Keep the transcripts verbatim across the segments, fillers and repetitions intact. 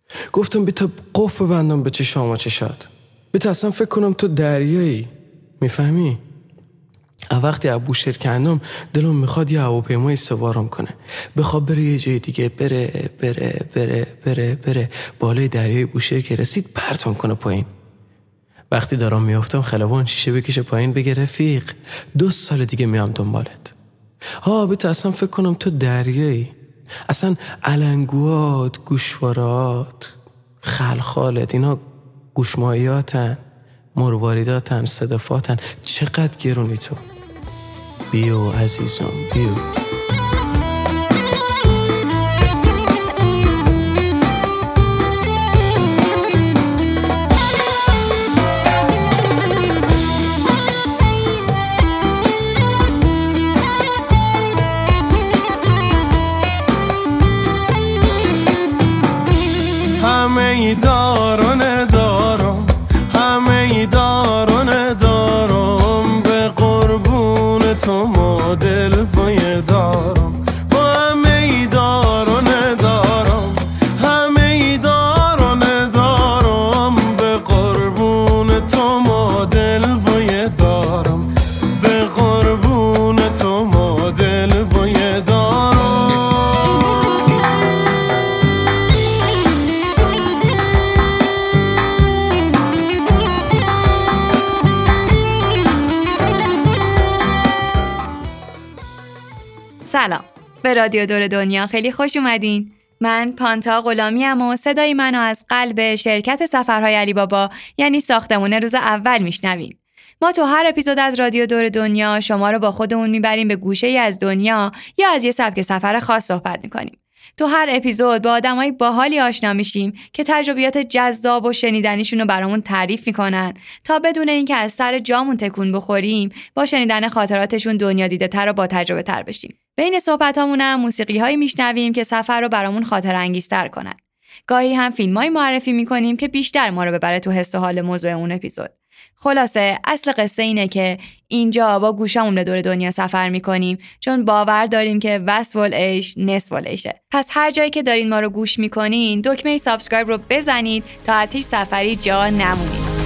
گفتم بیتا قف ببندم به چشام و چشات، بیتا اصلا فکر کنم تو دریایی، میفهمی؟ وقتی از بوشهر کندم دلم میخواد یه هواپیمای سوارم کنه، بخواد بره یه جای دیگه، بره بره بره بره بره بالای دریای بوشهر که رسید پرتم کنه پایین. وقتی دارم میافتم خلبان شیشه بکشه پایین بگه رفیق دو سال دیگه میام دنبالت. ها بیتا اصلا فکر کنم تو دریایی، اصلا علنگوات، گوشوارات، خلخالت اینا گوشمایاتن، مرواریداتن، صدفاتن، چقدر گرونی تو. بیو عزیزم بیو. همه ای دارون دارم، همه ای دارون دارم، به قربون تو ما دل فای دارم. با همه ای دارون دارم، همه ای دارون دارم، به قربون تو ما دل فای دارم، به قربون تو ما دل فای دارم. سلام، به رادیو دور دنیا خیلی خوش اومدین. من پانتا غلامیم و صدای منو از قلب شرکت سفرهای علی بابا یعنی ساختمون روز اول میشنوین. ما تو هر اپیزود از رادیو دور دنیا شما رو با خودمون میبریم به گوشه‌ای از دنیا یا از یه سبک سفر خاص صحبت میکنیم. تو هر اپیزود با آدمای باحالی آشنا میشیم که تجربیات جذاب و شنیدنیشون رو برامون تعریف میکنن تا بدون اینکه از سر جامون تکون بخوریم با شنیدن خاطراتشون دنیا دیده تر و با تجربه تر بشیم. بین صحبتامون هم موسیقی‌هایی میشنویم که سفر رو برامون خاطر انگیزتر کنن. گاهی هم فیلمایی معرفی میکنیم که بیشتر ما رو ببره تو حس و حال موضوع اون اپیزود. خلاصه اصل قصه اینه که اینجا با گوشامون به دور دنیا سفر میکنیم چون باور داریم که وصف العیش نصف العیشه. پس هر جایی که دارین ما رو گوش میکنین دکمه سابسکرایب رو بزنید تا از هیچ سفری جا نمونید.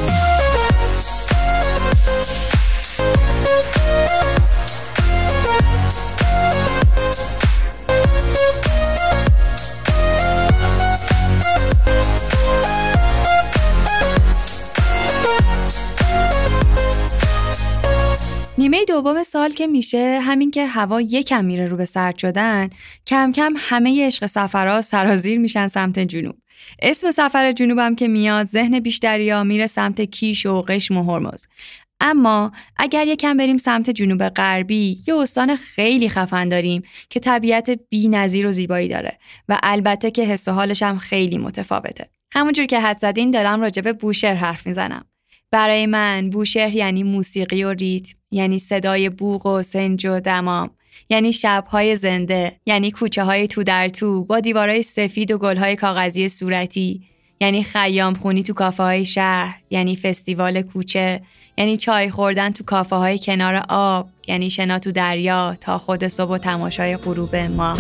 نیمه دوم سال که میشه، همین که هوا یکم میره رو به سرد شدن، کم کم همه عشق سفرها سرازیر میشن سمت جنوب. اسم سفر جنوبم که میاد ذهن بیشتریا میره سمت کیش و قشم و هرمز. اما اگر یکم بریم سمت جنوب غربی، یه استان خیلی خفن داریم که طبیعت بی‌نظیر و زیبایی داره و البته که حس و حالش هم خیلی متفاوته. همونجور که حد زدین دارم راجع به بوشهر حرف میزنم. برای من بوشهر یعنی موسیقی و ریتم، یعنی صدای بوق و سنج و دمام، یعنی شب‌های زنده، یعنی کوچه‌های تو در تو با دیوارهای سفید و گل‌های کاغذی صورتی، یعنی خیام خونی تو کافه‌های شهر، یعنی فستیوال کوچه، یعنی چای خوردن تو کافه‌های کنار آب، یعنی شنا تو دریا تا خود صبح و تماشای غروب ماه.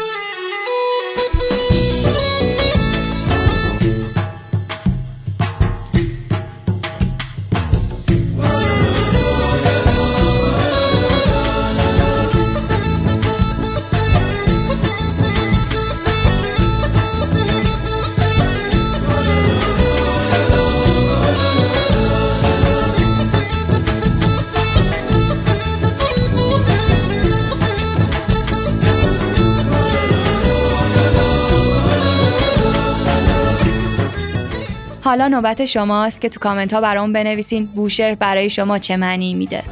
حالا نوبت شماست که تو کامنت ها برام بنویسین بوشهر برای شما چه معنی میده.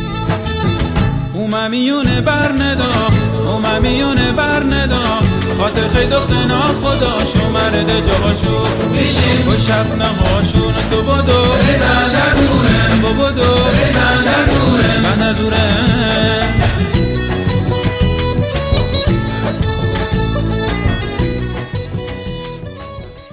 اوممیونه برندا اوممیونه برندا خاطر خیلی دختنا خدا شمرد جواشو میشین و شب نهاشون تو بدو ریدن در دوره با بدو ریدن در دوره من در دوره.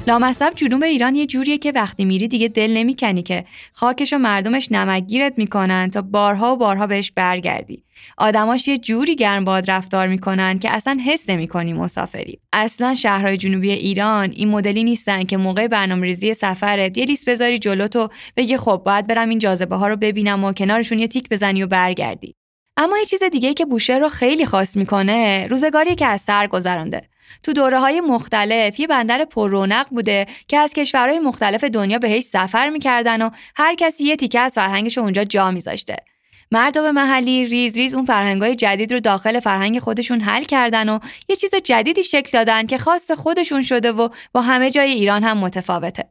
لامصب جنوب ایران یه جوریه که وقتی میری دیگه دل نمیکنی که خاکش و مردمش نمکگیرت میکنن تا بارها و بارها بهش برگردی. آدماش یه جوری گرم باد رفتار میکنن که اصلا حس نمیکنی مسافری. اصلا شهرهای جنوبی ایران این مدلی نیستن که موقع برنامه‌ریزی سفرت یه لیست بذاری جلوت و بگی خب باید برم این جاذبه ها رو ببینم و کنارشون یه تیک بزنی و برگردی. اما یه چیز دیگه که بوشهر رو خیلی خاص میکنه روزگاری که از سر گذرانده. تو دوره‌های مختلف یه بندر پر رونق بوده که از کشورهای مختلف دنیا بهش سفر میکردن و هر کسی یه تیکه از فرهنگش رو اونجا جا میذاشته. مردم محلی ریز ریز اون فرهنگای جدید رو داخل فرهنگ خودشون حل کردن و یه چیز جدیدی شکل دادن که خاص خودشون شده و با همه جای ایران هم متفاوته.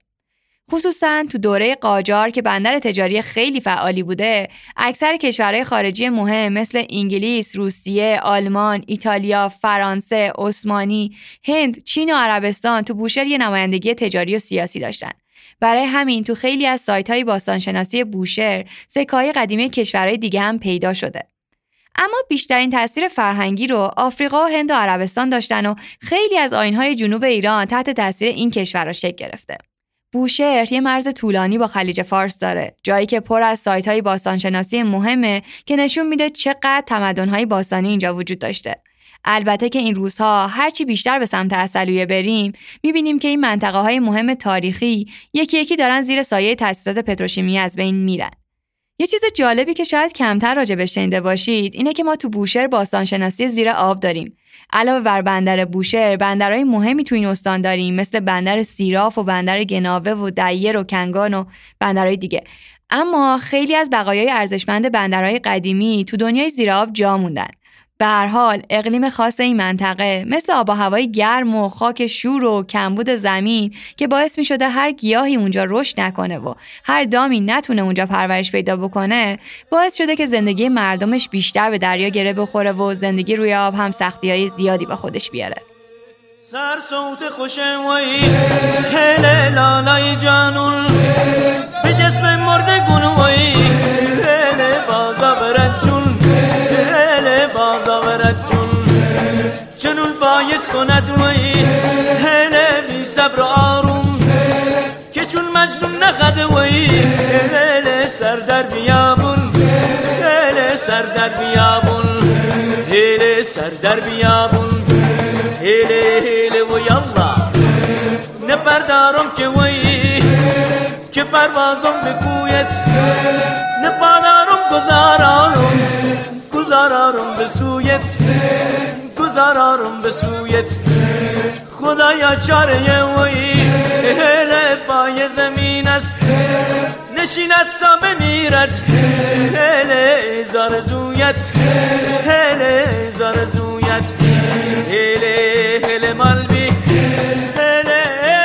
خصوصا تو دوره قاجار که بندر تجاری خیلی فعالی بوده، اکثر کشورهای خارجی مهم مثل انگلیس، روسیه، آلمان، ایتالیا، فرانسه، عثمانی، هند، چین و عربستان تو بوشهر یه نمایندگی تجاری و سیاسی داشتن. برای همین تو خیلی از سایت‌های باستانشناسی بوشهر سکه‌های قدیمی کشورهای دیگه هم پیدا شده. اما بیشترین تاثیر فرهنگی رو آفریقا و هند و عربستان داشتن و خیلی از آیین‌های جنوب ایران تحت تاثیر این کشورها شکل گرفته. بوشهر یه مرز طولانی با خلیج فارس داره، جایی که پر از سایت‌های باستانشناسی مهمه که نشون میده چقدر تمدن‌های باستانی اینجا وجود داشته. البته که این روزها هرچی بیشتر به سمت عسلویه بریم میبینیم که این منطقه‌های مهم تاریخی یکی یکی دارن زیر سایه تأسیسات پتروشیمی از بین میرن. یه چیز جالبی که شاید کمتر راجبش شنیده باشید اینه که ما تو بوشهر باستانشناسی زیر آب داریم. علاوه بر بندر بوشهر، بندرهای مهمی تو این استان داریم مثل بندر سیراف و بندر گناوه و دیر و کنگان و بندرهای دیگه. اما خیلی از بقایای ارزشمند بندرهای قدیمی تو دنیای زیر آب جا موندن. به هر حال اقلیم خاص این منطقه مثل آب و هوای گرم و خاک شور و کمبود زمین که باعث می شده هر گیاهی اونجا رشد نکنه و هر دامی نتونه اونجا پرورش پیدا بکنه، باعث شده که زندگی مردمش بیشتر به دریا گره بخوره و زندگی روی آب هم سختی‌های زیادی با خودش بیاره. سر صوت خوشم وی هل لالای جانون به جسم مرده گنوی هل بازا برد جون هل بازا برد جون چنون فایز کند وی هل بی صبر آروم که چون مجنون نخد وی هل سر در بیابون هل سر در بیابون هل سر در بیابون هیله هیله و یالله نپردارم که وی که پروازم بکویت نپادارم گذارارم گذارارم به سویت گذارارم به سویت خدایا چاره وی هیله پای زمین است نشیند تا بمیرد هیله زار زویت هیله زار زویت هیله هیله مالبی هیله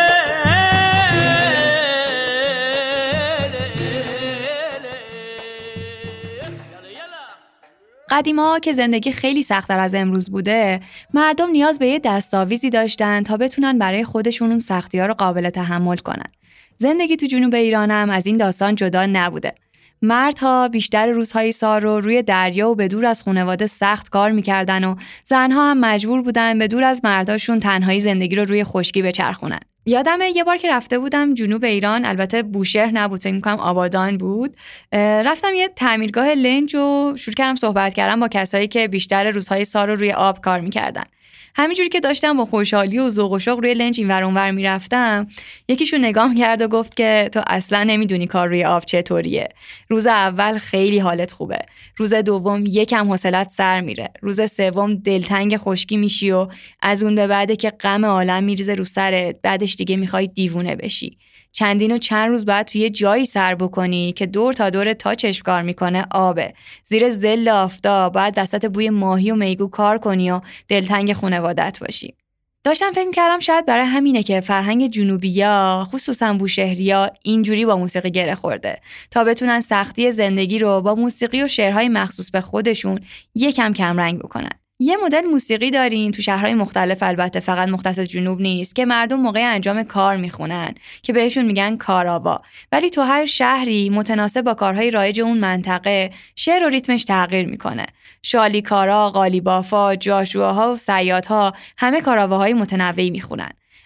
قدیما که زندگی خیلی سخت‌تر از امروز بوده، مردم نیاز به یه دستاویزی داشتن تا بتونن برای خودشون اون سختی‌ها رو قابل تحمل کنن. زندگی تو جنوب ایران هم از این داستان جدا نبوده. مردها بیشتر روزهای سال رو روی دریا و به دور از خانواده سخت کار میکردن و زنها هم مجبور بودن به دور از مرداشون تنهایی زندگی رو روی خشکی بچرخونن. یادمه یه بار که رفته بودم جنوب ایران، البته بوشهر نبود، فکر می‌کنم آبادان بود، رفتم یه تعمیرگاه لنج و شروع کردم صحبت کردم با کسایی که بیشتر روزهای سال رو روی آب کار میکردن. همینجوری که داشتم با خوشحالی و ذوق و شوق روی لنج اینور اونور میرفتم، یکیشون نگاه کرد و گفت که تو اصلا نمیدونی کار روی آب چطوریه. روز اول خیلی حالت خوبه، روز دوم یکم حوصله‌ات سر میره، روز سوم دلتنگ خشکی میشی و از اون به بعده که غم عالم میریزه رو سرت، بعدش دیگه میخوای دیوونه بشی. چندین و چند روز باید توی جایی سر بکنی که دور تا دور تا چشمکار میکنه آبه، زیر ظل آفتاب باید وسط بوی ماهی و میگو کار کنی و دلتنگ خانواده‌ات باشی. داشتم فکر می‌کردم شاید برای همینه که فرهنگ جنوبی‌ها خصوصا بوشهری‌ها اینجوری با موسیقی گره خورده تا بتونن سختی زندگی رو با موسیقی و شعرهای مخصوص به خودشون یکم کم رنگ بکنن. یه مدل موسیقی دارین تو شهرهای مختلف، البته فقط مختص جنوب نیست، که مردم موقع انجام کار میخونن که بهشون میگن کاراوا، ولی تو هر شهری متناسب با کارهای رایج اون منطقه شعر و ریتمش تغییر میکنه. شالیکارا، قالیبافا، جاشوها و صیادها همه کاراواهای متنوعی میخونن.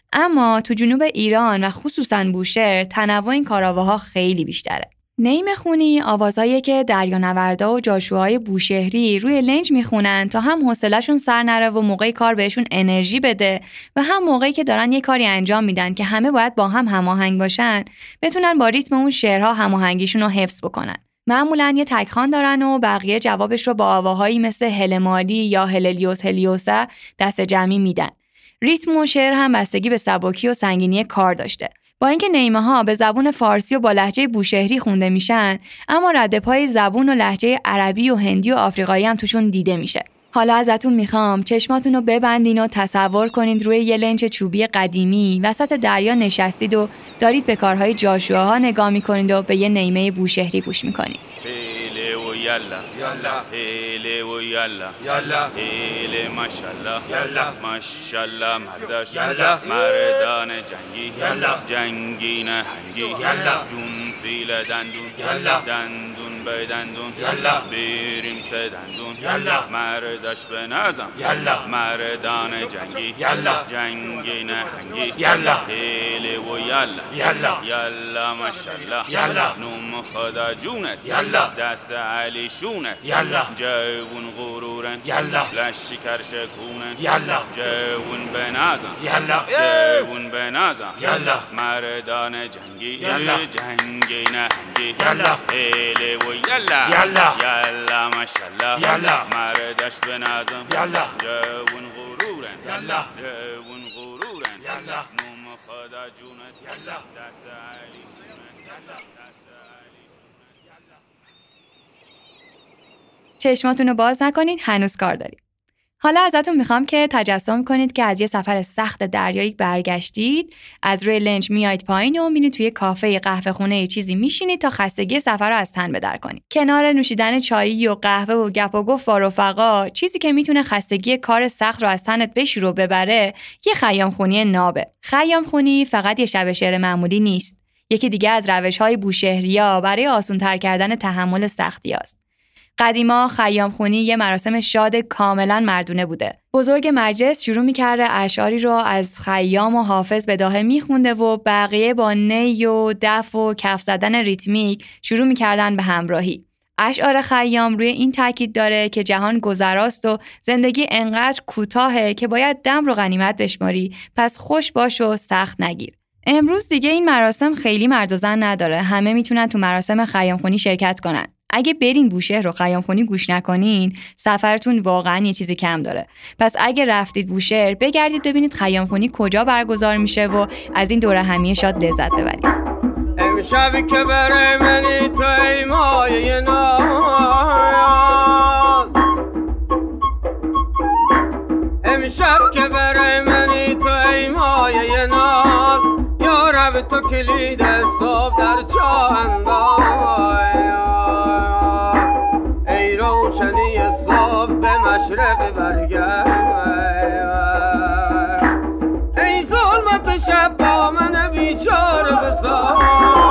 اما تو جنوب ایران و خصوصاً بوشهر تنوع این کاراواها خیلی بیشتره. نیم خونی آوازهایی که دریانوردا و جاشوهای بوشهری روی لنج میخونن تا هم حوصله‌شون سر نره و موقعی کار بهشون انرژی بده و هم موقعی که دارن یه کاری انجام میدن که همه باید با هم هماهنگ باشن بتونن با ریتم اون شعرها هماهنگیشون رو حفظ بکنن. معمولاً یه تکخوان دارن و بقیه جوابش رو با آواهایی مثل هلمالی یا هللیوس هلیوسه دست جمعی میدن. ریتم و شعر هم بستگی به سبکی و سنگینی کار داشته. با اینکه نیمه ها به زبون فارسی و با لهجه بوشهری خونده میشن، اما ردپای زبون و لهجه عربی و هندی و آفریقایی هم توشون دیده میشه. حالا ازتون میخوام چشماتون رو ببندین و تصور کنید روی یه لنچ چوبی قدیمی وسط دریا نشستید و دارید به کارهای جاشوها نگاه میکنید و به یه نیمه بوشهری گوش میکنید. يلا يلا هيلي ويلا يلا هيلي ما شاء الله يلا ما شاء الله مرداش يلا مردان جنگی يلا جنگی نه هنگی يلا جون فیل دندون يلا دندون به دندون يلا بریم سه دندون يلا مرداش به نظم يلا مردان جنگی يلا جنگی نه هنگی يلا هيلي ويلا يلا يلا ما شاء الله يلا نوم خدا جونت يلا دست علی شونت یلا جوون غرورن یلا لشی کرشکونن یلا جوون بنازم یلا جوون بنازم یلا مردان جنگی یلا جنگی نهنگی یلا هیلی و یلا یلا یلا ماشاءالله یلا مردش بنازم یلا جوون غرورن یلا جوون غرورن یلا نوم خدا جونت یلا دست علی شونت یلا چشماتون رو باز نکنین، هنوز کار داریم. حالا ازتون میخوام که تجسم کنید که از یه سفر سخت دریایی برگشتید، از روی لنج میایید پایین و میرید توی کافه قهوه خونه یه چیزی میشینید تا خستگی سفر رو از تن بدر کنید. کنار نوشیدن چایی و قهوه و گپ و گفت با رفقا، چیزی که میتونه خستگی کار سخت رو از تنت بشور و ببره، یه خیام خونی نابه. خیام خونی فقط یه شب شعر معمولی نیست. یکی دیگه از روش‌های بوشهریا برای آسان‌تر کردن تحمل سختیاست. قدیما خیام خونی یه مراسم شاد کاملا مردونه بوده. بزرگ مجلس شروع می‌کرده اشعاری رو از خیام و حافظ به داهه میخونده و بقیه با نی و دف و کف زدن ریتمیک شروع می‌کردن به همراهی. اشعار خیام روی این تاکید داره که جهان گذراست و زندگی انقدر کوتاهه که باید دم رو غنیمت بشماری، پس خوش باش و سخت نگیر. امروز دیگه این مراسم خیلی مرد و زن نداره. همه میتونن تو مراسم خیام خونی شرکت کنن. اگه برین بوشهر رو خیام خونی گوش نکنین، سفرتون واقعا یه چیزی کم داره. پس اگه رفتید بوشهر، بگردید ببینید خیام خونی کجا برگزار میشه و از این دوره همیه شاد لذت ببرید. امشب که بره منی تو ای مایه ناز، امشب که بره منی تو ای مایه ناز، یا رب تو کلید صبح در چاه انداز، ای روشنی صبح به مشرق برگرد، ای ظلمت شب با من بیچاره بساز.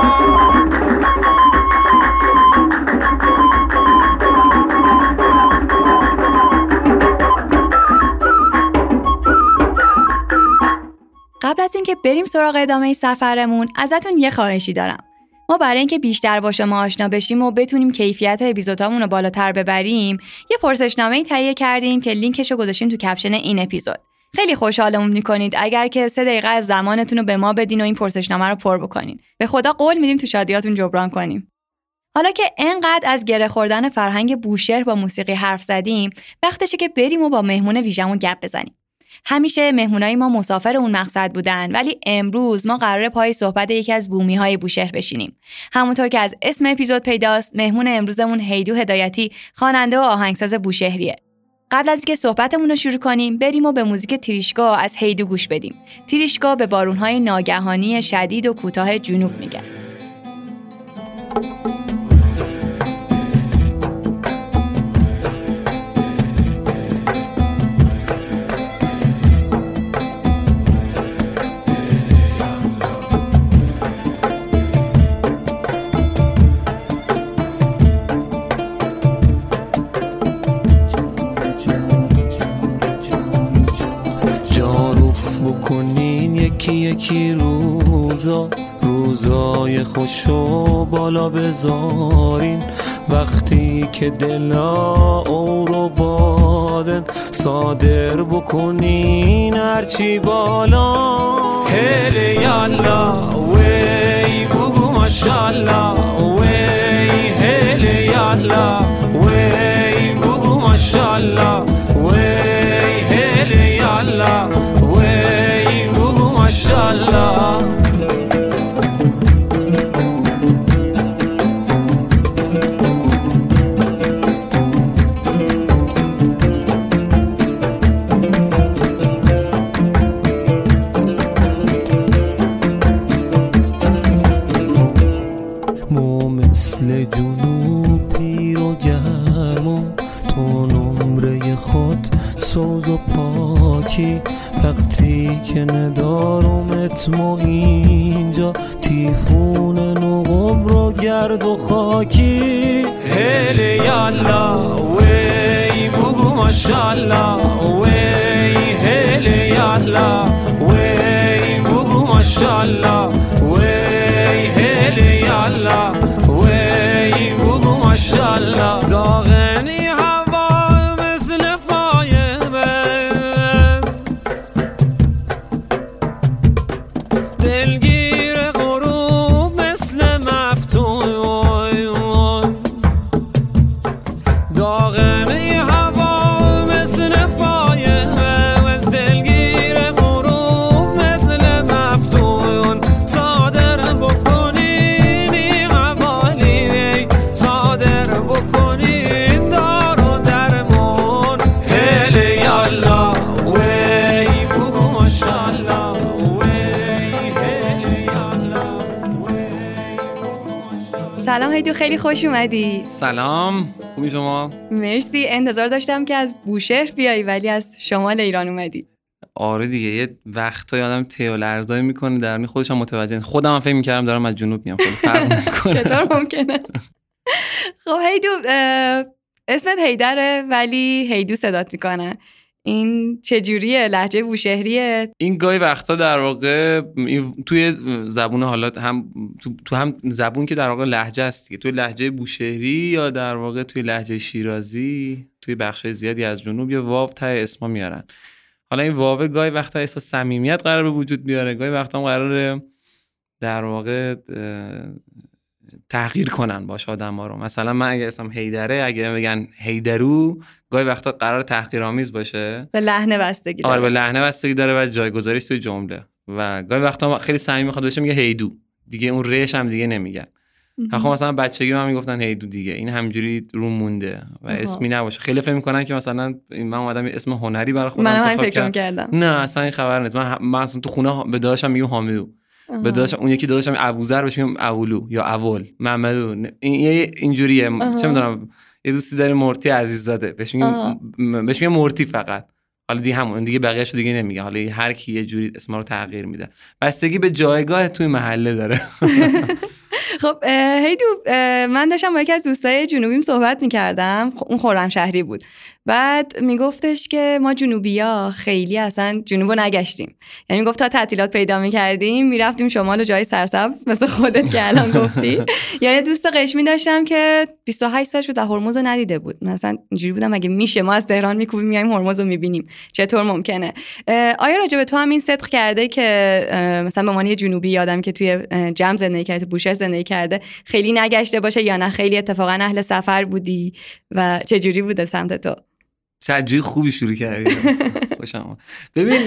قبل از اینکه بریم سراغ ادامه سفرمون، ازتون یه خواهشی دارم. ما برای اینکه بیشتر با شما آشنا بشیم و بتونیم کیفیت اپیزودامون رو بالاتر ببریم، یه پرسشنامه‌ای تهیه کردیم که لینکش رو گذاشتیم تو کپشن این اپیزود. خیلی خوشحالمون می‌کنید اگر که سه دقیقه از زمانتون رو به ما بدین و این پرسشنامه رو پر بکنین. به خدا قول میدیم تو شادیاتون جبران کنیم. حالا که انقدر از گره خوردن فرهنگ بوشهر با موسیقی حرف زدیم، وقتشه که بریم و با مهمون ویژمون گپ بزنیم. همیشه مهمونای ما مسافر اون مقصد بودن، ولی امروز ما قراره پای صحبت یکی از بومی‌های بوشهر بشینیم. همونطور که از اسم اپیزود پیداست، مهمون امروزمون هیدو هدایتی، خواننده و آهنگساز بوشهریه. قبل از اینکه صحبتمون رو شروع کنیم، بریم و به موزیک تریشکا از هیدو گوش بدیم. تریشکا به بارون‌های ناگهانی شدید و کوتاه جنوب میگن. یکی روزا روزای خوشو بالا بذارین، وقتی که دلا او رو بادن صادر بکنین هرچی بالا. هلی یالا وی بگو ماشالله وی، هلی یالا وی بگو ماشالله وی، هلی یالا وی بگو ماشالله. مثل جنوب پیر و گرم، تو نمره خود سوز و پاکی، وقتی که ندارمت ما اینجا تیفون نقم رو گرد و خاکی. هلی یالا وی بگو ماشالله وی، هلی یالا وی بگو ماشالله وی، هلی یالا وی بگو ماشالله. داغنی هوا مثل فایمه، دلگیر غروب مثل مفتون، داغنی هوا مثل فایمه، دلگیر غروب مثل مفتون، صادر بکنین این حوالی، صادر بکنین دار و درمون. هلی یالا وی بگو ماشالله وی، هلی یالا وی بگو ماشالله. سلام هیدو، خیلی خوش اومدی. سلام، خوبی شما؟ مرسی. انتظار داشتم که از بوشهر بیایی ولی از شمال ایران اومدی. آره دیگه، یه وقتایی آدم تیو لرزایی میکنه در می خودش هم متوجه. خودم هم فکر میکردم دارم از جنوب میام، خیلی فرق نمیکنه. چطور ممکنه؟ خب هیدو، اسمت هیدره ولی هیدو صدات میکنن، این چجوریه؟ لهجه بوشهریه؟ این گاهی وقتا در واقع توی زبون، حالات هم تو, تو هم زبون که در واقع لهجه است دیگه، توی لهجه بوشهری یا در واقع توی لهجه شیرازی، توی بخشای زیادی از جنوب یه واو ته اسما میارن. حالا این واو گاهی وقتا احساس صمیمیت قرار به وجود بیاره، گاهی وقتا هم قراره در واقع تحقیر کنن باش آدم‌ها رو. مثلا من اگه اسمم هیدره، اگه بگن هیدرو، گاهی وقتا قرار تحقیرآمیز باشه، به لحنه بستگی داره. آره به لحنه بستگی داره و جایگذاریش توی جمله. و گاهی وقتا خیلی صمیمی میخواد بشه میگه هیدو دیگه، اون ریش هم دیگه نمیگن. خب مثلا بچگی من میگفتن هیدو دیگه، این همجوری رو مونده و آها. اسمی نباشه. خیلی فکر میکنن که مثلا من اومدم اسم هنری برای خودم انتخاب کردم. کردم نه اصلا این خبر نیست. من من اصلا تو خونه به داداشم میگم حامیدو، به داداشم اون یکی داداشم ابوذر بهش میگم اولو یا اول محمدو، این اینجوریه. چه میدونم یه دوستی داره مرتی عزیززاده، بهش میگم بهش میگم مرتی فقط. حالا دیگه همون دیگه بقیه‌اشو دیگه نمیگه. حالا هر کی یه جوری اسما رو تغییر میده، بستگی به جایگاه توی محله داره. خب هیدو، من داشتم با یکی از دوستای جنوبیم صحبت میکردم، اون خرمشهری بود. بعد میگفتش که ما جنوبیا خیلی اصلا جنوبو نگشتیم، یعنی میگفت تا تعطیلات پیدا میکردیم میرفتیم شمال و جای سرسبز مثل خودت که الان گفتی. یعنی دوست قشمی داشتم که بیست و هشت سالش بود و هرمز رو ندیده بود. مثلا اینجوری بودم مگه میشه ما از تهران میکوبیم میایم هرمز رو میبینیم، چطور ممکنه؟ آیا راجع به تو هم این صدق کرده که مثلا به عنوان یه جنوبی یادم که توی جمع زندگی کرده، بوشهر زندگی کرده، خیلی نگشته باشه یا نه خیلی اتفاقا اهل سفر بودی و چه جوری بوده سمت تو؟ چجوری خوبی شروع کردی. خوشم. ببین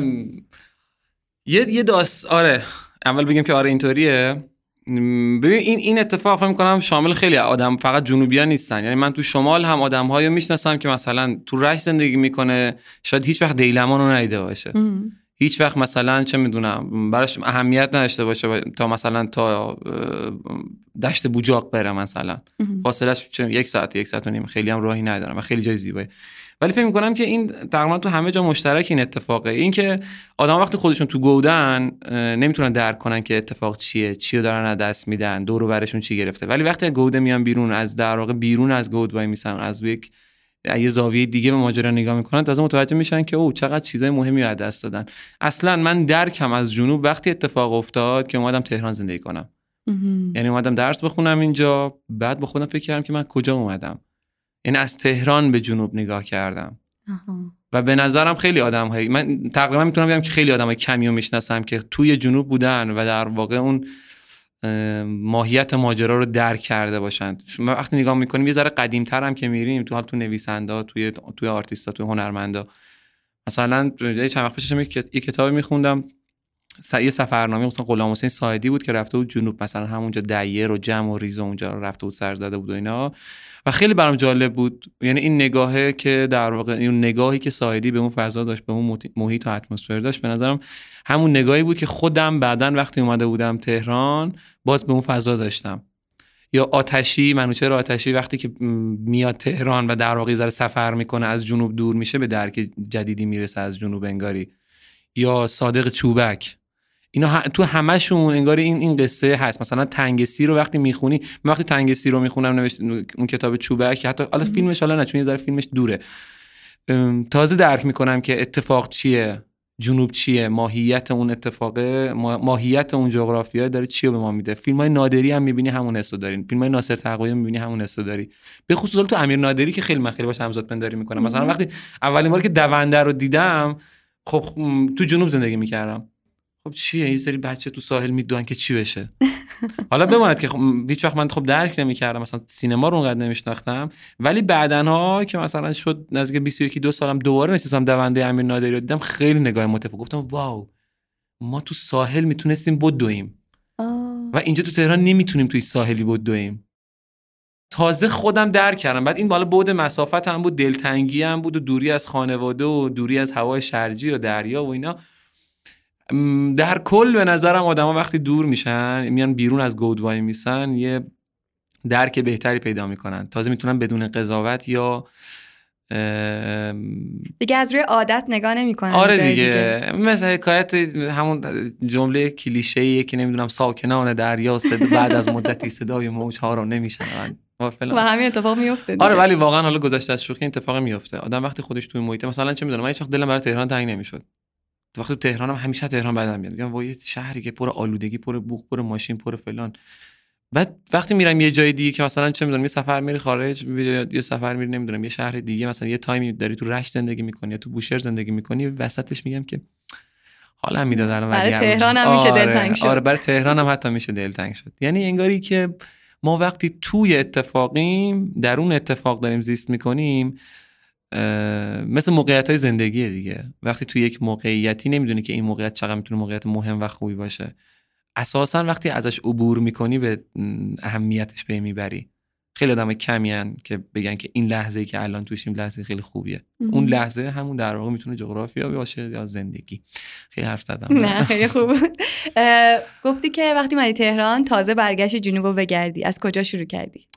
یه یه داست آره اول بگیم که آره اینطوریه. ببین این این اتفاق فکر می‌کنم شامل خیلی آدم، فقط جنوبیان نیستن. یعنی من تو شمال هم آدم‌هایی میشناسم که مثلا تو رشت زندگی میکنه، شاید هیچ وقت دیلمان رو ندیده باشه، هیچ وقت مثلا چه میدونم براش اهمیت نداشته باشه تا مثلا تا دشت بوجاق بره مثلا، فاصلهش یک ساعت یک ساعت و نیم، خیلی هم راهی ندارم و خیلی جای زیبایی. ولی فکر می‌کنم که این تقریبا تو همه جا مشترک این اتفاقه، این که آدم وقتی خودشون تو گودن نمیتونن درک کنن که اتفاق چیه، چی رو دارن از دست میدن، دور و برشون چی گرفته. ولی وقتی گوده میان بیرون، از در واقع بیرون از گود وای میسن، از یک یه زاویه دیگه به ماجرا نگاه میکنن تازه متوجه میشن که او چقدر چیزای مهمی از دست دادن. اصلا من درکم از جنوب وقتی اتفاق افتاد که اومدم تهران زندگی کنم. یعنی اومدم درس بخونم اینجا، بعد با خودم فکر کردم که من کجا اومدم. یعنی از تهران به جنوب نگاه کردم. آها. و به نظرم خیلی آدم هایی، من تقریبا میتونم بگم که خیلی آدم های کمی رو میشناسم که توی جنوب بودن و در واقع اون ماهیت ماجرا رو درک کرده باشن. من وقتی نگاه میکنیم یه ذره قدیم‌تر هم که میریم تو حال تو نویسندا، توی توی آرتیستا، توی هنرمندا، مثلا چند وقت پیشم یک کتابی میخوندم، یه سفرنامه مثلا غلام حسین ساعدی بود که رفته بود جنوب، مثلا همونجا دیر و جم و ریز و اونجا رفته بود سر زده بود و اینا، و خیلی برام جالب بود. یعنی این نگاهه که در واقع این نگاهی که ساعدی به اون فضا داشت، به اون محیط و اتمسفر داشت، به نظرم همون نگاهی بود که خودم بعداً وقتی اومده بودم تهران باز به اون فضا داشتم. یا آتشی، منوچهر آتشی وقتی که میاد تهران و در واقع ذره سفر میکنه، از جنوب دور میشه، به درک جدیدی میرسه از جنوب انگاری. یا صادق چوبک، اینا ه... تو همشون انگاری این این قصه هست. مثلا تنگسی رو وقتی میخونی، من وقتی تنگسی رو میخونم نوشت اون کتاب چوبک، حتی حالا فیلمش حالا نه چون یه ذره فیلمش دوره، تازه درک میکنم که اتفاق چیه، جنوب چیه، ماهیت اون اتفاقه، ماهیت اون جغرافیا داره چی رو به ما میده. فیلمای نادری هم میبینی همون حسو دارین، فیلمای ناصر تقوی هم میبینی همون حسو داری، به خصوص تو امیر نادری که خیلی من خیلی باش همزاد پنداری میکنم. مثلا وقتی اولین بار که دونده رو دیدم، خب تو جنوب زندگی میکردم، خب چیه یه سری بچه تو ساحل میدونن که چی بشه. حالا بماند که خب هیچ وقت من خب درک نمیکردم، مثلا سینما رو اونقدر نمیشناختم، ولی بعدنها که مثلا شد نزدیک بیست و یک دو سالم دوباره نشستم دونده امیر نادری رو دیدم، خیلی نگاه متفاوت، گفتم واو ما تو ساحل میتونستیم بدویم و اینجا تو تهران نمیتونیم توی ساحلی بدویم. تازه خودم درک کردم. بعد این بالا بعد مسافت هم بود، دلتنگی هم بود و دوری از خانواده و دوری از هوای شرجی و دریا و اینا. در کل به نظرم آدما وقتی دور میشن، میان بیرون از گودوای میسن، یه درک بهتری پیدا میکنن، تازه میتونن بدون قضاوت یا دیگه از روی عادت نگاه نمیکنن. آره دیگه, دیگه. مثلا حکایت همون جمله کلیشه‌ایه که نمیدونم ساکنان دریا صد بعد از مدتی صدای موج‌ها رو نمیشنون و و همین اتفاق میفته دیگه. آره ولی واقعا حالا گذشته از شوخی این اتفاق میفته. آدم وقتی خودش توی محیط، مثلا چه میدونم من هیچ وقت دلم برای تهران تنگ نمیشد، وقتی تو تهرانم همیشه تهران بدم میاد، میگم وای شهری که پر آلودگی، پر بوق، پر ماشین، پر فلان. بعد وقتی میرم یه جای دیگه که مثلا چه میدونم یه سفر میری خارج، یه سفر میری نمیدونم یه شهر دیگه، مثلا یه تایمی داری تو رشت زندگی میکنی یا تو بوشهر زندگی میکنی، وسطش میگم که حالا هم میداد الان برای تهران هم میشه دلتنگ شد. آره برای تهران هم حتی میشه دلتنگ شد. یعنی انگاری که ما وقتی توی اتفاقیم، درون اتفاق داریم زیست میکنیم، مثل موقعیت‌های زندگی دیگه. وقتی توی یک موقعیتی نمیدونی که این موقعیت چقدر میتونه موقعیت مهم و خوبی باشه، اساساً وقتی ازش عبور میکنی به اهمیتش پی میبری. خیلی آدم کمی هن که بگن که این لحظه‌ای که الان توشیم لحظه خیلی خوبیه. اون لحظه همون در واقع میتونه جغرافیا باشه یا زندگی. خیلی حرف زدم. نه خیلی خوب. گفتی که وقتی اومدی تهران تازه برگشت جنوبو بگردی، از کجا شروع کردی؟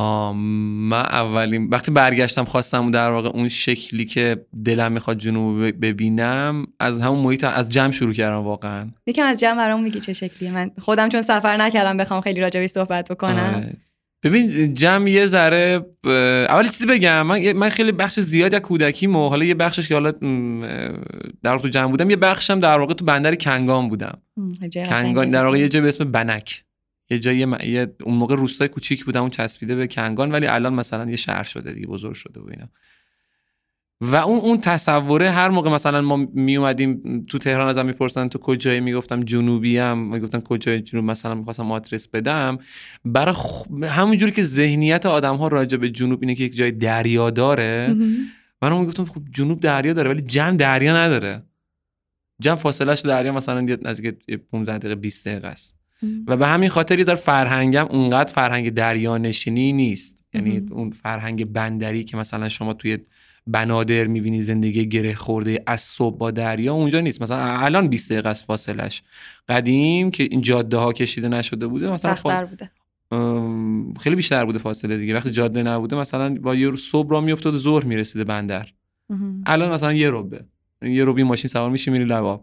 من اولین وقتی برگشتم خواستم در واقع اون شکلی که دلم میخواد جنوب ببینم، از همون محیط از جمع شروع کردم. واقعا یکم از جمع برام میگی چه شکلیه؟ من خودم چون سفر نکردم بخوام خیلی راجع بهش صحبت بکنم. آره. ببین جمع یه ذره اول چیزی بگم، من من خیلی بخش زیادی از کودکیمو، حالا یه بخشش که حالا در واقع تو جمع بودم، یه بخشم در واقع تو بندر کنگان بودم. کنگان در واقع یه جا به اسم بنک، یه جایی م... یه اون موقع روستای کوچیک بودم، اون چسبیده به کنگان، ولی الان مثلا یه شهر شده دیگه، بزرگ شده و اینا. و اون اون تصوره هر موقع مثلا ما می اومدیم تو تهران ازم میپرسن تو کجایی، میگفتم جنوبی ام، میگفتن کجای جنوب، مثلا میخواستم آدرس بدم، برای خ... همونجوری که ذهنیت آدم‌ها راجع به جنوب اینه که یک جای دریا داره، منم میگفتم خب جنوب دریا داره ولی جمع دریا نداره. جمع فاصلهش دریا مثلا نزدیک پانزده دقیقه بیست دقیقه است. و به همین خاطر یه ذره فرهنگم اونقدر فرهنگ دریا نشینی نیست. یعنی اون فرهنگ بندری که مثلا شما توی بنادر میبینی زندگی گره خورده از صبح با دریا، اونجا نیست. مثلا الان بیست دقیقه است فاصلش. قدیم که این جاده ها کشیده نشده بوده مثلا سخت‌تر بوده، خیلی بیشتر بوده فاصله دیگه. وقتی جاده نبوده مثلا با یه صبح را میافتاد و ظهر میرسیده بندر. الان مثلا یه روبه یه روبی ماشین سوار میشی میری لباب.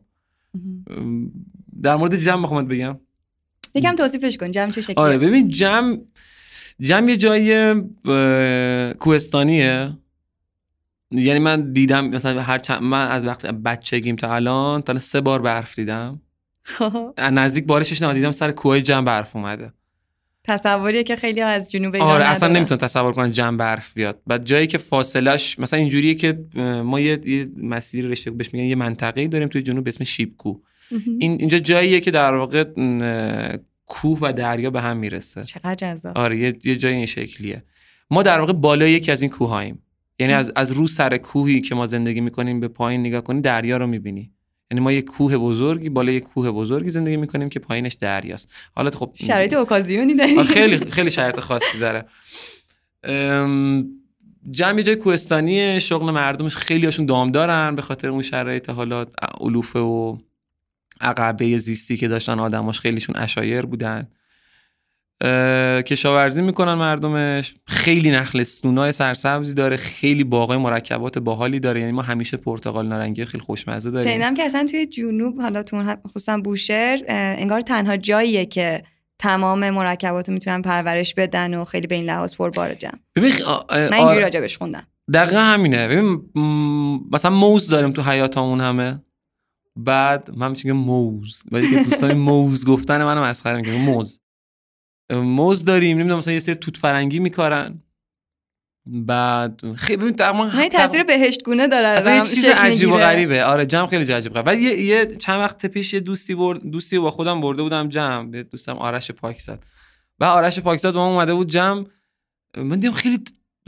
در مورد جمع میخوام بگم، یکم توصیفش کن جمع چه شکلیه؟ آره ببین جمع جمع یه جای کوهستانیه یعنی من دیدم مثلا هر چند من از وقت بچگیم تا الان تا سه بار برف دیدم. خب نزدیک بارشش ندیدم، سر کوه جمع برف اومده. تصوریه که خیلی از جنوب ایران آره ندارن. اصلا نمیتونن تصور کنن جمع برف بیاد. بعد جایی که فاصلش مثلا اینجوریه که ما یه, یه مسیر رشته بهش میگن یه منطقه‌ای داریم توی جنوب به اسم شیبکو. این اینجا جاییه که در واقع کوه و دریا به هم میرسه. چقدر جذاب. آره یه, یه جای این شکلیه. ما در واقع بالای یکی از این کوه‌هاییم. یعنی از از رو سر کوهی که ما زندگی میکنیم به پایین نگاه کنی دریا رو میبینی. یعنی ما یه کوه بزرگی بالای یه کوه بزرگی زندگی میکنیم که پایینش دریاست. حالا خب شرایط اوکازیونی داره. خیلی خیلی شرایط خاصی داره. جمع جای کوهستانی، شغل مردمش خیلی هاشون دام دارن به خاطر اون شرایط، حالا علوفه و عقبه زیستی که داشتن آدماش، خیلیشون عشایر بودن. کشاورزی میکنن مردمش، خیلی نخلستونای سرسبزی داره، خیلی باغای مرکبات باحالی داره. یعنی ما همیشه پرتقال نارنگی خیلی خوشمزه داریم. شنیدم که اصلا توی جنوب، حالا تو خصوصا بوشهر، انگار تنها جاییه که تمام مرکباتو میتونن پرورش بدن و خیلی به این لحاظ پربارجم. ببین من اینجوری راجبش خوندم. دقیقاً همینه. ببین مثلا موز داریم تو حیاطمون همه. بعد من میگم موز، ولی که دوستان موز گفتن منو مسخره میکنن. موز موز داریم، نمیدونم مثلا یه سری توت فرنگی میکارن. بعد خیلی ببین تقریبا من تاثیر بهشت گونه داره. اصلا یه چیز عجیب و غریبه. آره جمع خیلی عجیب غریبه. بعد یه, یه چند وقت پیش یه دوستی برد دوستی با خودم برده بودم جمع، به دوستم آرش پاکزاد. بعد آرش پاکزاد با من اومده بود جمع. من دیدم خیلی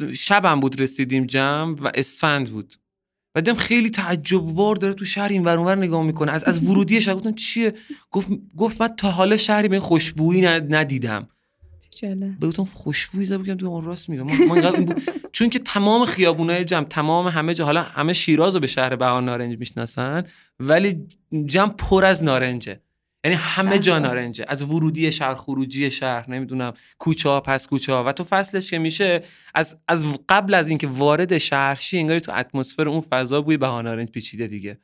شبم بود رسیدیم جمع و اسفند بود. بعد دیدم خیلی تعجب‌وار داره تو شهر این ور اون ور نگاه میکنه. از از ورودی شهر گفتم چیه؟ گفت گفت من تا حالا شهری به خوشبویی ندیدم. جالب. بگم خوشبویی زدم بگم تو اون راست میگم. من من چون که تمام خیابونای جمع، تمام همه جا، حالا همه شیراز رو به شهر بهار نارنج میشناسن، ولی جمع پر از نارنجه. یعنی همه جا نارنجه، از ورودی شهر، خروجی شهر، نمیدونم کوچه ها پس کوچه ها. و تو فصلش که میشه از از قبل از اینکه وارد شهر شی انگاری تو اتمسفر اون فضا بوی بهار نارنج پیچیده دیگه.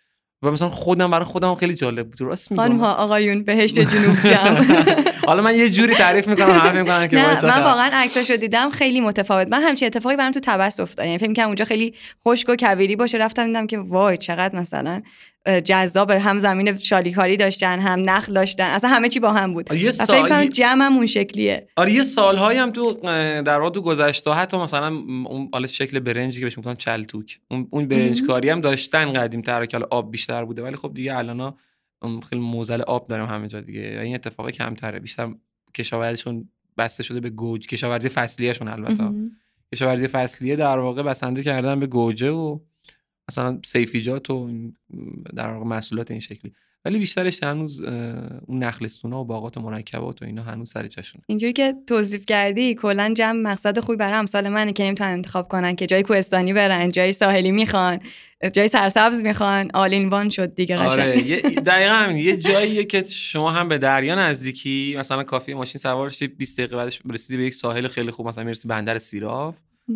و مثلا خودم برای خودم خیلی جالب بود. راست میگم خانم ها آقایون بهشت جنوب جمع. حالا من یه جوری تعریف میکنم همه میگن که نه من واقعا عکساشو دیدم خیلی متفاوت. من همچین اتفاقی برام تو طبس افتاد. یعنی فکر می‌کردم اونجا خیلی خشک و کویری باشه، رفتم دیدم که وای چقدر مثلا جذاب، هم زمین شالیکاری داشتن، هم نخل داشتن، اصلا همه چی با هم بود. یه سال... فکر کنم جمعم اون شکلیه. آره یه سال‌هایی هم تو در واقع تو گذشته حتی مثلا اون حالا شکل برنجی که بهش میگن چلتوک، اون اون برنج کاری هم داشتن قدیم‌تر که حالا آب بیشتر بوده، ولی خب دیگه الان خیلی موزل آب داریم همه جا دیگه. این اتفاق کمتره، بیشتر کشاورزیشون بسته شده به گوجه، کشاورزی فصلیه‌شون البته. کشاورزی فصلیه در واقع بسنده کردن به گوجه و مثلا سیفیجات و در واقع محصولات این شکلی، ولی بیشترش هنوز اون نخلستونا و باغات و مرکبات و اینا هنوز سر جاشونه. اینجوری که توصیف کردی کلا جمع مقصد خوبی برای امسال منه که نمیتونن انتخاب کنن که جای کوهستانی برن، جای ساحلی میخوان، جای سرسبز میخوان، آل این وان شد دیگه قشنگ. آره دقیقاً همین. یه جاییه که شما هم به دریا نزدیکی، مثلا کافیه ماشین سوار شی بیست دقیقه بعدش رسیدی به یک ساحل خیلی خوب، مثلا میرسی بندر سیراف.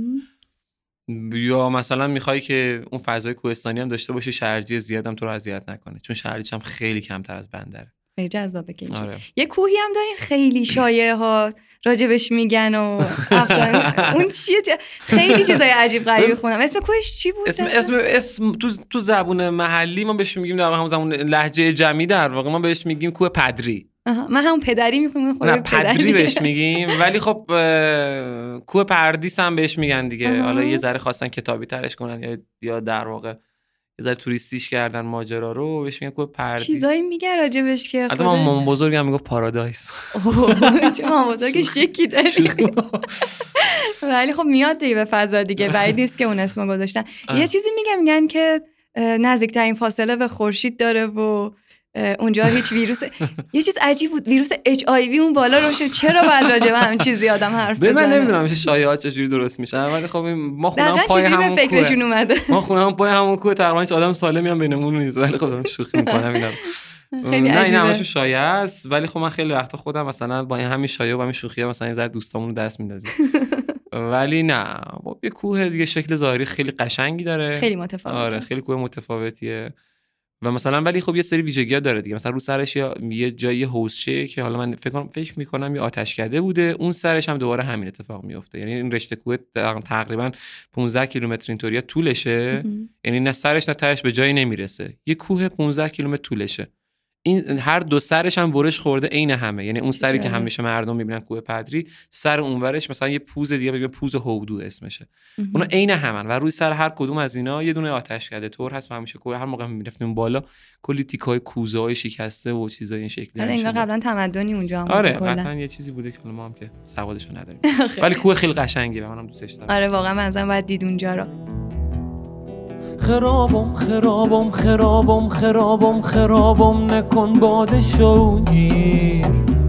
یا مثلا میخوای که اون فضای کوهستانی هم داشته باشی، شهرجی زیادم تو رو اذیت نکنه، چون شهرجیش هم خیلی کمتر از بندره. خیلی جذابه که آره. یه کوهی هم دارین خیلی شایعه ها راجبش میگن و افسانه اون چیه جا... خیلی چیزای عجیب غریبی خوندم. اسم کوهش چی بود؟ اسم اسم اسم تو تو زبون محلی ما بهش میگیم، در واقع همون زبون لهجه جمعی در واقع ما بهش میگیم کوه پدری. من همون پدری میخوام خود پدری. پدری بهش میگیم، ولی خب کوه پردیس هم بهش میگن دیگه. حالا یه ذره خواستن کتابی ترش کنن یا یا در واقع یه ذره توریستیش کردن ماجرا رو، بهش میگن کوه پردیس. چیزایی میگه راجبش که حتی مامان بزرگ هم میگفت پارادایس. چه مامان بزرگ شکی داره. ولی خب میاد دیگه به فضا دیگه، بعید نیست که اون اسمو گذاشتن. یه چیزی میگن میگن که نزدیکترین فاصله به خورشید داره و اونجا هیچ ویروس یه چیز عجیب بود، ویروس اچ آی وی اون بالا روشه. چرا باید راجع به همین چیزی آدم حرف بزنه؟ من نمیدونم چه شایعات چجوری درست میشن، ولی خب ما خونم پای همون به فکرشون اومده. ما خونم پای همون کوه، تقریبا هیچ آدم سالمی هم بینمون نیست، ولی خب من شوخی میکنم اینا. خیلی نه این عجیبه. همش شایعه است، ولی خب من خیلی وقتا خودم مثلا با این همین شایعه و همین شوخی‌ها مثلا یه ذره دوستامون رو دست میندازیم. ولی نه با یه کوه دیگه شکل ظاهری خیلی قشنگی داره، خیلی متفاوته. آره خیلی کوه متفاوتیه و مثلا ولی خب یه سری ویژگی‌ها داره دیگه. مثلا رو سرش یه جایی حوضچه که حالا من فکر کنم فکر می‌کنم یه آتشکده بوده، اون سرش هم دوباره همین اتفاق میفته. یعنی این رشته کوه تقریبا پانزده کیلومتر اینطوری طولشه، یعنی نه سرش نه تهش به جایی نمیرسه. یه کوه پانزده کیلومتر طولشه، این هر دو سرش هم برش خورده عین همه. یعنی اون سری که همیشه مردم میبینن کوه پدری، سر اونورش مثلا یه پوز دیگه بگیم پوز هودو اسمشه، اونا عین همن و روی سر هر کدوم از اینا یه دونه آتشکده طور هست و همیشه کوه هر موقع میرفتیم بالا کلی تیکای کوزه‌های شکسته و چیزای این شکلی. آره اینا قبلا تمدنی اونجا هم آره قطعا یه چیزی بوده که ما هم که سوادشو نداریم ولی کوه خیلی قشنگه و منم دوستش دارم. آره واقعا منظورم باید دید اونجا رو. خرابم خرابم خرابم خرابم خرابم نکن باد شوگیر،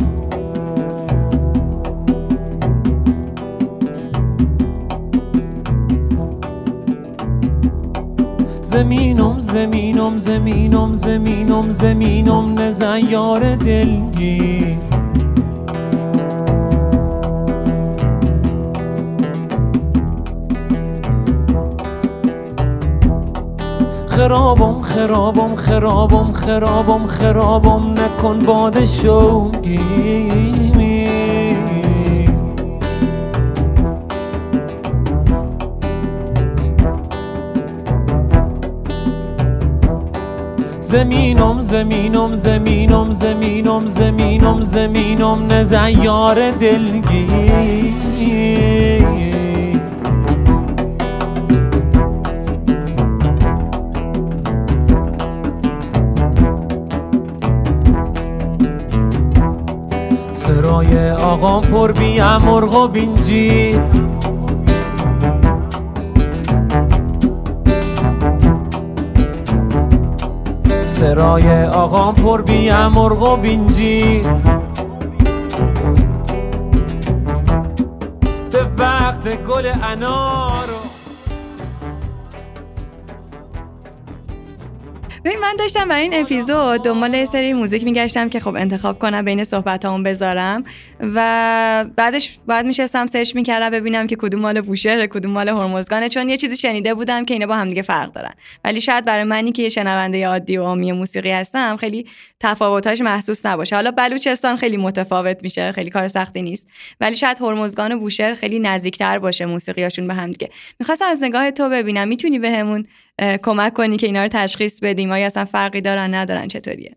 زمینم زمینم زمینم زمینم زمینم نزن یار دلگیر، خرابم خرابم خرابم خرابم خرابم نکن باد شوگیر، زمینم زمینم زمینم زمینم زمینم زمینم نزن یار دلگیر، سرای آقا پر بیم مرغ و بینجیر، سرای آقا پر بیم مرغ و بینجیر، به وقت گل انارو. ببین من داشتم برای این اپیزود دنبال یه سری موزیک میگشتم که خب انتخاب کنم بین صحبتامون بذارم و بعدش بعد میشستم سرچ میکردم ببینم که کدوم مال بوشهر کدوم مال هرمزگانه، چون یه چیزی شنیده بودم که اینا با هم دیگه فرق دارن، ولی شاید برای منی که یه شنونده عادی و عامی موسیقی هستم خیلی تفاوتاش محسوس نباشه. حالا بلوچستان خیلی متفاوت میشه، خیلی کار سختی نیست، ولی شاید هرمزگان و بوشهر خیلی نزدیکتر باشه موسیقیاشون به هم دیگه. می‌خواستم از نگاه تو ببینم میتونی بهمون کمک کنی که اینا رو تشخیص بدیم آیا اصلا فرقی دارن ندارن چطوریه؟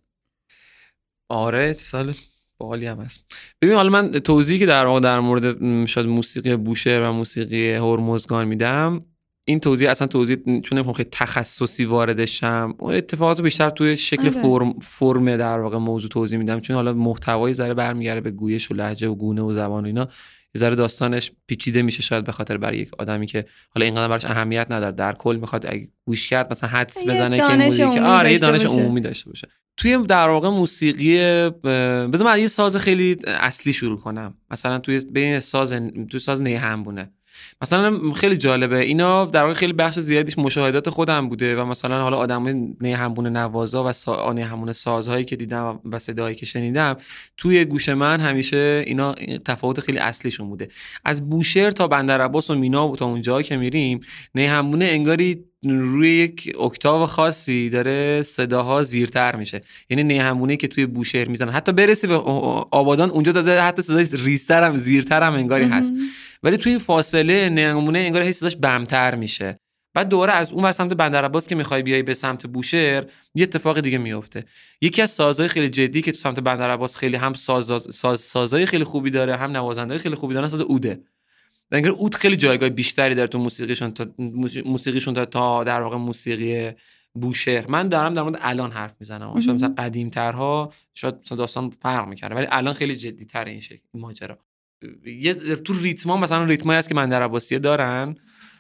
آره سال باحالی هم هست. ببین حالا من توضیحی که در واقع در مورد شاید موسیقی بوشهر و موسیقی هرمزگان میدم، این توضیح اصلا توضیح چون نمیخوام خیلی تخصصی واردش شم، اتفاقات بیشتر توی شکل فرم فرم در واقع موضوع توضیح میدم، چون حالا محتوای ذره برمیگره به گویش و لهجه و گونه و زبان و اینا، یه ذره داستانش پیچیده میشه شاید به خاطر برای یک آدمی که حالا اینقدر براش اهمیت نداره، در کل میخواد اگه گوش کرد مثلا حدس بزنه که موزیک آره یه دانش عمومی داشته باشه. توی در واقع موسیقی بذار من یه ساز خیلی اصلی شروع کنم، مثلا توی بین ساز توی ساز نیهنبونه مثلا خیلی جالبه، اینا در واقع خیلی بخش زیادیش مشاهدات خودم بوده و مثلا حالا آدمای نیهنبونه نوازا و سا... نیهنبونه سازهایی که دیدم و صدایی که شنیدم توی گوش من همیشه اینا تفاوت خیلی اصلیشون بوده. از بوشهر تا بندرعباس و مینا و تا اونجا که میریم نیهنبونه انگاری روی یک اکتاو خاصی داره صداها زیرتر میشه، یعنی نیهنبونه که توی بوشهر میزنن حتی برسی به آبادان اونجا تازه حتی صدای ریزتر هم زیرتر هم انگاری هست، ولی توی این فاصله نیهنبونه انگاری صداش بمتر میشه. بعد دوباره از اون ور سمت بندرعباس که میخوای بیای به سمت بوشهر یه اتفاق دیگه میفته. یکی از سازهای خیلی جدی که تو سمت بندرعباس خیلی هم ساز ساز سازهای خیلی خوبی داره هم نوازنده‌های خیلی خوبی داره، ساز اوده. انگار اود خیلی جایگاه بیشتری داره تو موسیقیشون تا موسیقیشون تا, تا در واقع موسیقی بوشهر. من دارم در مورد الان حرف میزنم، شاید مثلا قدیم‌ترها شاید مثلا داستان فرق می‌کنه، ولی الان خیلی جدی‌تر این شکل این ماجرا. یه تو ریتما مثلا ریتمایی هست که بندرعباسی‌ها دارن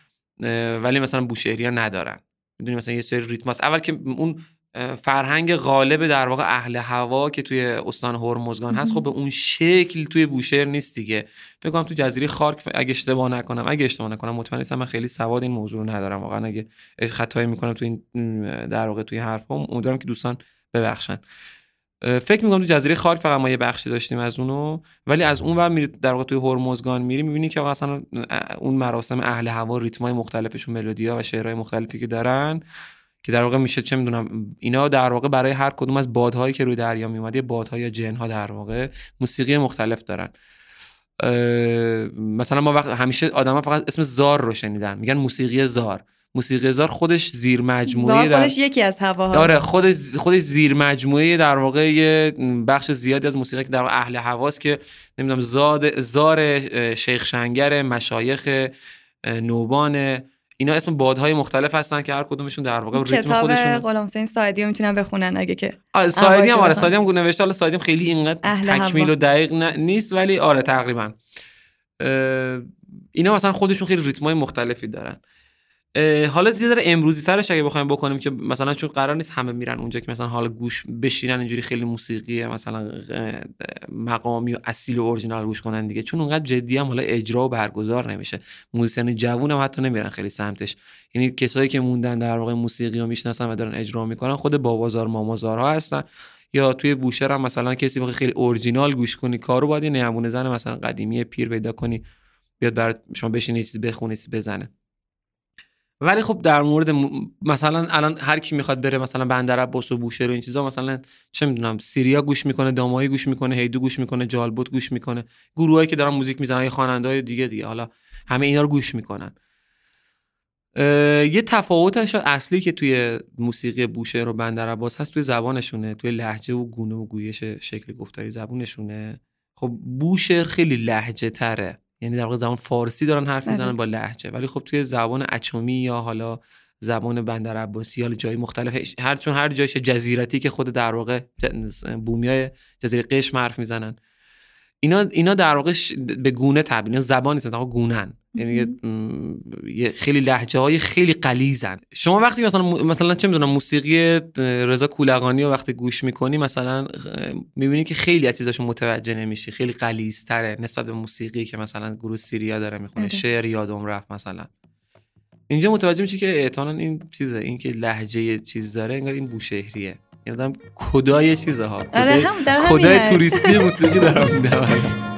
ولی مثلا بوشهری‌ها ندارن. میدونی مثلا یه سری ریتم هست اول که اون فرهنگ غالب در واقع اهل هوا که توی استان هرمزگان هست خب به اون شکل توی بوشهر نیست دیگه. فکر کنم تو جزیره خارک اگه اشتباه نکنم اگه اشتباه نکنم مطمئن نیستم، من خیلی سواد این موضوع رو ندارم واقعا، اگه خطایی میکنم تو این در واقع توی حرفام امیدوارم که دوستان ببخشن. فکر میکنم تو جزیره خارک فقط ما یه بخشی داشتیم از اونو، ولی از اون ور میری در واقع توی هرمزگان میری میبینی که اصلا اون مراسم اهل هوا ریتمای مختلفشون ملودی‌ها و شعرهای مختلفی که دارن که در واقع میشه چه میدونم اینا در واقع برای هر کدوم از بادهایی که روی دریا میومده بادها یا جنها در واقع موسیقی مختلف دارن. مثلا ما وقت همیشه آدما فقط اسم زار رو شنیدن میگن موسیقی زار. موسیقی زار خودش زیر مجموعه زار خودش در... یکی از هواها. آره خودش خودش زیر مجموعه در واقع یه بخش زیادی از موسیقی که در واقع اهل هواست که نمیدونم زاد زار شیخ شنگر مشایخ نوبان اینا اسم بادهای مختلف هستن که هر کدومشون در واقع ریتم خودشون. کتاب غلام حسین ساعدی رو میتونن بخونن اگه که ساعدی هم آره ساعدی هم نوشته. حالا ساعدی هم خیلی اینقدر تکمیل و دقیق نیست ولی آره تقریبا اینا مثلا خودشون خیلی ریتمای مختلفی دارن. حالا یه ذره امروزی ترش اگه بخوایم بکنیم که مثلا چون قرار نیست همه میرن اونجا که مثلا حالا گوش بشینن اینجوری خیلی موسیقی مثلا مقامی و اصیل و اورجینال گوش کنن دیگه، چون اونقدر جدی هم حالا اجرا و برگزار نمیشه. موزیسین جوون هم حتی نمیرن خیلی سمتش. یعنی کسایی که موندن در واقع موسیقی رو میشناسن و دارن اجرا میکنن خود بابازار مامازارها هستن، یا توی بوشهر هم مثلا کسی بخواد خیلی اورجینال گوش کنی کارو باید نمونه زن مثلا قدیمی پیر پیدا کنی بیاد برات شما بشینی چیزی بخونی چیزی بزنه. ولی خب در مورد م... مثلا الان هر کی میخواد بره مثلا بندر عباس و بوشهر و این چیزا مثلا چه میدونم سیریا گوش میکنه، دامایی گوش میکنه، هیدو گوش میکنه، جالبوت گوش میکنه، گروهایی که دارن موزیک میزنن یا خواننده‌های دیگه دیگه حالا همه اینا رو گوش میکنن. یه تفاوتش اصلی که توی موسیقی بوشهر و بندر عباس هست توی زبانشونه، توی لهجه و گونه و گویش شکل گفتاری زبونشونه. خب بوشهر خیلی لهجه تره، یعنی در واقع زبان فارسی دارن حرف میزنن با لهجه، ولی خب توی زبان اچمی یا حالا زبان بندر عباسی یا جای مختلف هر چون هر جایش جزیرتی که خود در واقع بومیای جزیره قشم حرف میزنن، اینا اینا در واقع به گونه تبدیل زبان نیستن، آقا گونن، یعنی یه خیلی لهجه‌های خیلی غلیظن. شما وقتی مثلا مثلا چه میدونم موسیقی رضا کولقانی رو وقتی گوش میکنی مثلا میبینی که خیلی از چیزاشو متوجه نمیشی، خیلی غلیظ‌تره نسبت به موسیقی که مثلا گروه سیریا داره میخونه، شعر یادم رفت مثلا. اینجا متوجه میشی که احتمالاً این چیزه، این که لهجه چیز داره انگار این بوشهریه، یعنی آدم کدای چیزه ها، کدای, کدای توریستی موسیقی دارم میدم.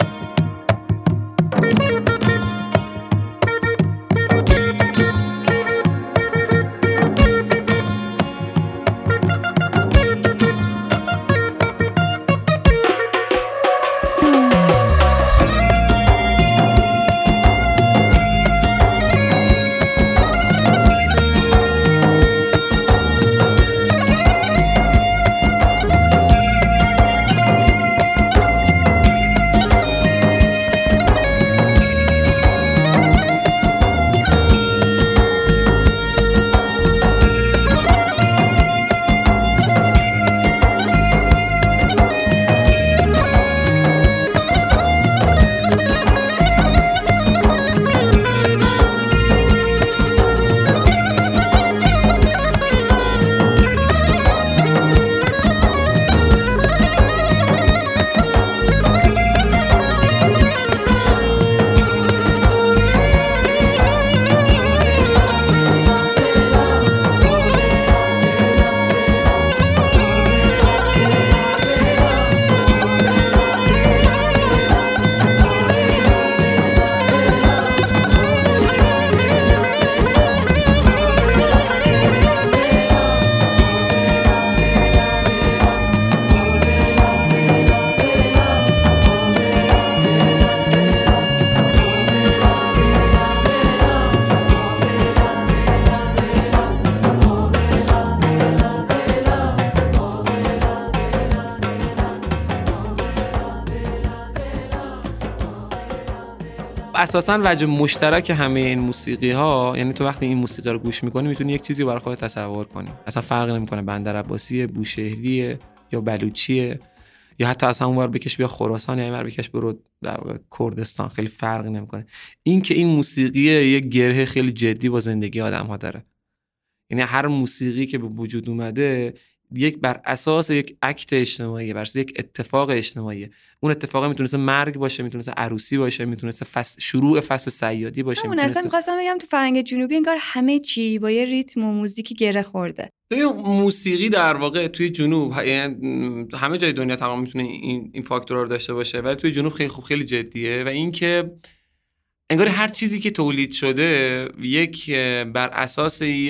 اساساً وجه مشترک همه این موسیقی ها، یعنی تو وقتی این موسیقی رو گوش میکنی میتونی یک چیزی برای خودت تصور کنی، اصلا فرق نمیکنه بندر عباسیه، بوشهریه یا بلوچیه، یا حتی اصلا اونور بکش بیا خراسان یا اینور بکش برو در کردستان، خیلی فرق نمیکنه. این که این موسیقی یه گره خیلی جدی با زندگی آدم‌ها داره، یعنی هر موسیقی که به وجود اومده یک بر اساس یک اکت اجتماعی، بر اساس یک اتفاق اجتماعی. اون اتفاق میتونسته مرگ باشه، میتونسته عروسی باشه، میتونسته فصل شروع فصل صیادی باشه. همون اصلا می‌خواستم بگم تو فرهنگ جنوبی انگار همه چی با یه ریتم و موزیکی گره خورده. ببین موسیقی در واقع توی جنوب، یعنی همه جای دنیا تمام میتونه این این فاکتورها رو داشته باشه، ولی توی جنوب خیلی خوب خیلی جدیه. و اینکه انگار هر چیزی که تولید شده یک بر اساس یک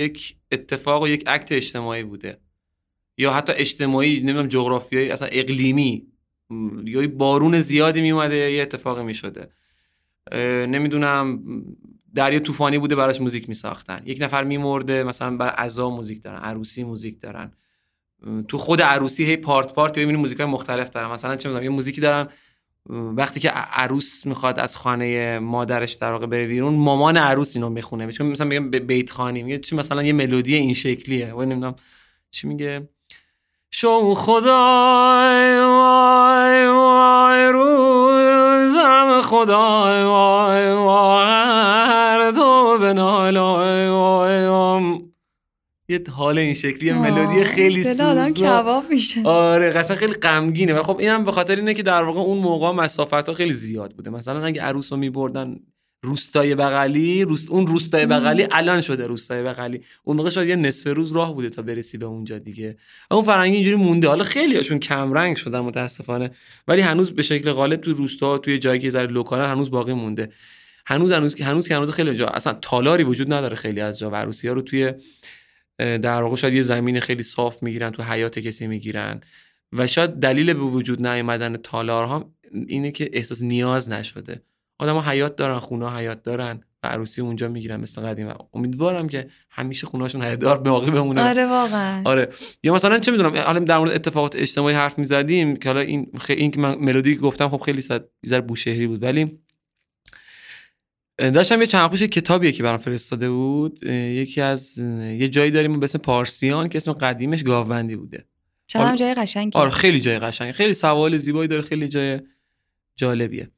اتفاق و یک اکت اجتماعی بوده، یا حتی اجتماعی، نمیدونم جغرافیایی، اصلا اقلیمی، یا بارون زیادی می اومده، یه اتفاقی می شده، نمیدونم دریا طوفانی بوده براش موزیک می ساختن، یک نفر می مرده مثلا برای عزا موزیک دارن، عروسی موزیک دارن، تو خود عروسی هی پارت پارت میبینی موزیکای مختلف دارن، مثلا چه میدونم یه موزیکی دارن وقتی که عروس میخواد از خانه مادرش در واقع بره بیرون، مامان عروس اینو میخونه، میشه مثلا میگم بیت خوانی، میگه چی مثلا یه ملودی این شکلیه و نمیدونم چی میگه، شو خدای وای وای روزم خدای وای وای هر دو بنالای وای وای، یه حال این شکلی ملودی خیلی سوزناک، آره قشنگ خیلی غمگینه. و خب اینم به خاطر اینه که در واقع اون موقع مسافت‌ها خیلی زیاد بوده، مثلا اگه عروس رو می‌بردن روستای بغلی، روست... اون روستای بغلی الان شده روستای بغلی، اون موقع شاید یه نصف روز راه بوده تا برسی به اونجا دیگه. اون فرهنگ اینجوری مونده، حالا خیلی‌هاشون کم رنگ شدن متاسفانه، ولی هنوز به شکل غالب تو روستا، توی جایی که ذره لوکالن هنوز باقی مونده. هنوز هنوز که هنوز که هنوز خیلی جا اصلا تالاری وجود نداره، خیلی از جا عروسی‌ها رو توی در واقع شاید یه زمین خیلی صاف میگیرن، تو حیات کسی میگیرن، و شاید دلیل به وجود نیامدن تالارها اینه که احساس نیاز نشده. آدم‌ها حیات دارن، خونه حیات دارن و عروسی اونجا میگیرن مثل قدیم. امیدوارم که همیشه خونه‌هاشون حیات‌دار باقی بمونه. آره واقعا. آره. یا مثلا چه میدونم، حالا در مورد اتفاقات اجتماعی حرف میزدیم که حالا این خیلی این که من ملودی گفتم خب خیلی صد ذره بوشهری بود، ولی داشتم یه چند وقت کتابیه که برام فرستاده بود، یکی از یه جایی داریم به اسم پارسیان که اسم قدیمش گاوبندی بوده. چقدر جای قشنگی. آره خیلی جای قشنگی، خیلی سواحل زیبایی داره، خیلی جای جالبیه.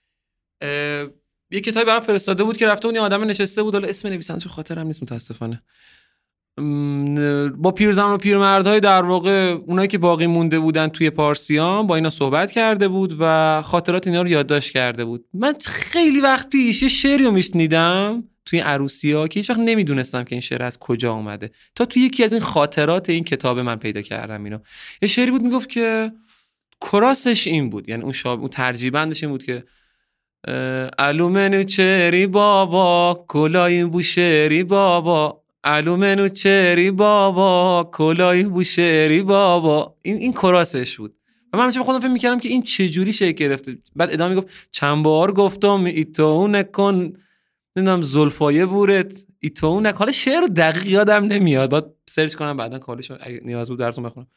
یه کتابی برام فرستاده بود که رفته اون یه آدم نشسته بود، حالا اسم نویسنده‌شو خاطرم نیست متاسفانه، با پیرزن و پیرمردهای در واقع اونایی که باقی مونده بودن توی پارسیان با اینا صحبت کرده بود و خاطرات اینا رو یادداشت کرده بود. من خیلی وقت پیش یه شعری رو میشنیدم توی عروسی‌ها که هیچ وقت نمیدونستم که این شعر از کجا اومده، تا توی یکی از این خاطرات این کتاب من پیدا کردم اینو. یه شعری بود میگفت که کراسش این بود، یعنی اون شاب اون ترجیبندش این بود که الو منو چری بابا کلای بوشهری بابا، الو منو چری بابا کلای بوشهری بابا. این این کراسش بود و من همیشه خودم فکر می‌کردم که این چه جوری شکل گرفته. بعد ادامه میگفت چند بار گفتم ایتو نکن، نمیدونم زلفای بورت ایتو نکن. حالا شعر دقیق یادم نمیاد، باید سرچ کنم بعداً کارش اگه نیاز بود براتون بخونم.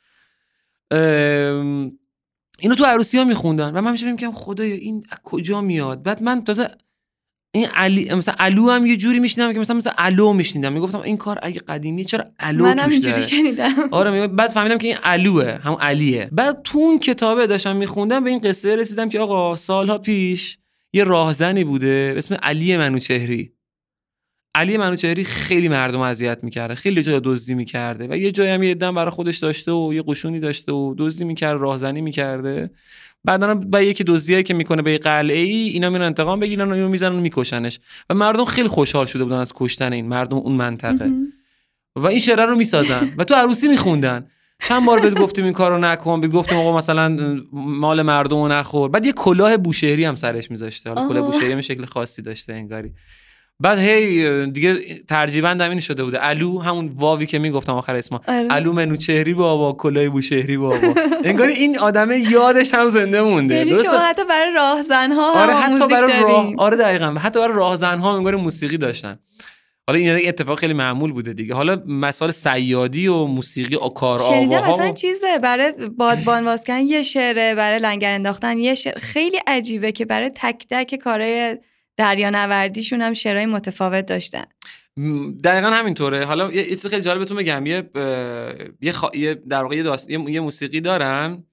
اینو تو عروسی‌ها میخوندن و من همیشه فکر می‌کردم خدایا این از کجا میاد. بعد من تازه این علی مثلا الو هم یه جوری میشنیدم که مثلا مثلا الو میشنیدم، میگفتم این کار اگه قدیمیه چرا الو توش داره؟ منم اینجوری شنیدم. آره. بعد فهمیدم که این الوه، همون علیه. بعد تو اون کتابه داشتم میخوندم به این قصه رسیدم که آقا سالها پیش یه راهزنی بوده به اسم علی منوچهری. علی منوچهری خیلی مردم اذیت میکرده، خیلی جا دزدی میکرده و یه جایی هم یه دم برای خودش داشته و یه قشونی داشته و دزدی میکرد، راهزنی میکرده. بعدن با یکی دزدیایی که میکنه به قلعه ای، اینا میرن انتقام بگیرن و اینو میزنن و میکشنش و مردم خیلی خوشحال شده بودن از کشتن این مردم اون منطقه و این شعر رو میسازن و تو عروسی میخوندن. چند بار بهت گفتیم این کارو نکن، بهت گفتیم آقا مثلا مال مردم رو نخور. بعد یه کلاه بوشهری هم سرش میذاشته، حالا کلاه بوشهری هم شکل خاصی داشته انگاری. بعد هی دیگه ترجیباً همین شده بوده الو، همون واوی که میگفتم آخر اسما، الو منوچهری بابا کلاه بوشهری بابا. انگاری این آدمه یادش هم زنده مونده. یعنی شما حتی برای راهزن‌ها آره حتی برای داریم. راه آره دقیقاً حتی برای راهزن‌ها انگار موسیقی داشتن. حالا این اتفاق خیلی معمول بوده دیگه. حالا مسائل صیادی و موسیقی و کار آواها شنیدم مثلا چیزه برای بادبان واسکن یه شعره، برای لنگر انداختن یه شعر. خیلی عجیبه که برای تک تک کارهای دریانوردیشون هم شعرهای متفاوت داشتن. دقیقاً همینطوره. حالا یه چیز خیلی جالبتون بگم، یه یه, خ... یه در واقع یه, داست... یه... یه موسیقی دارن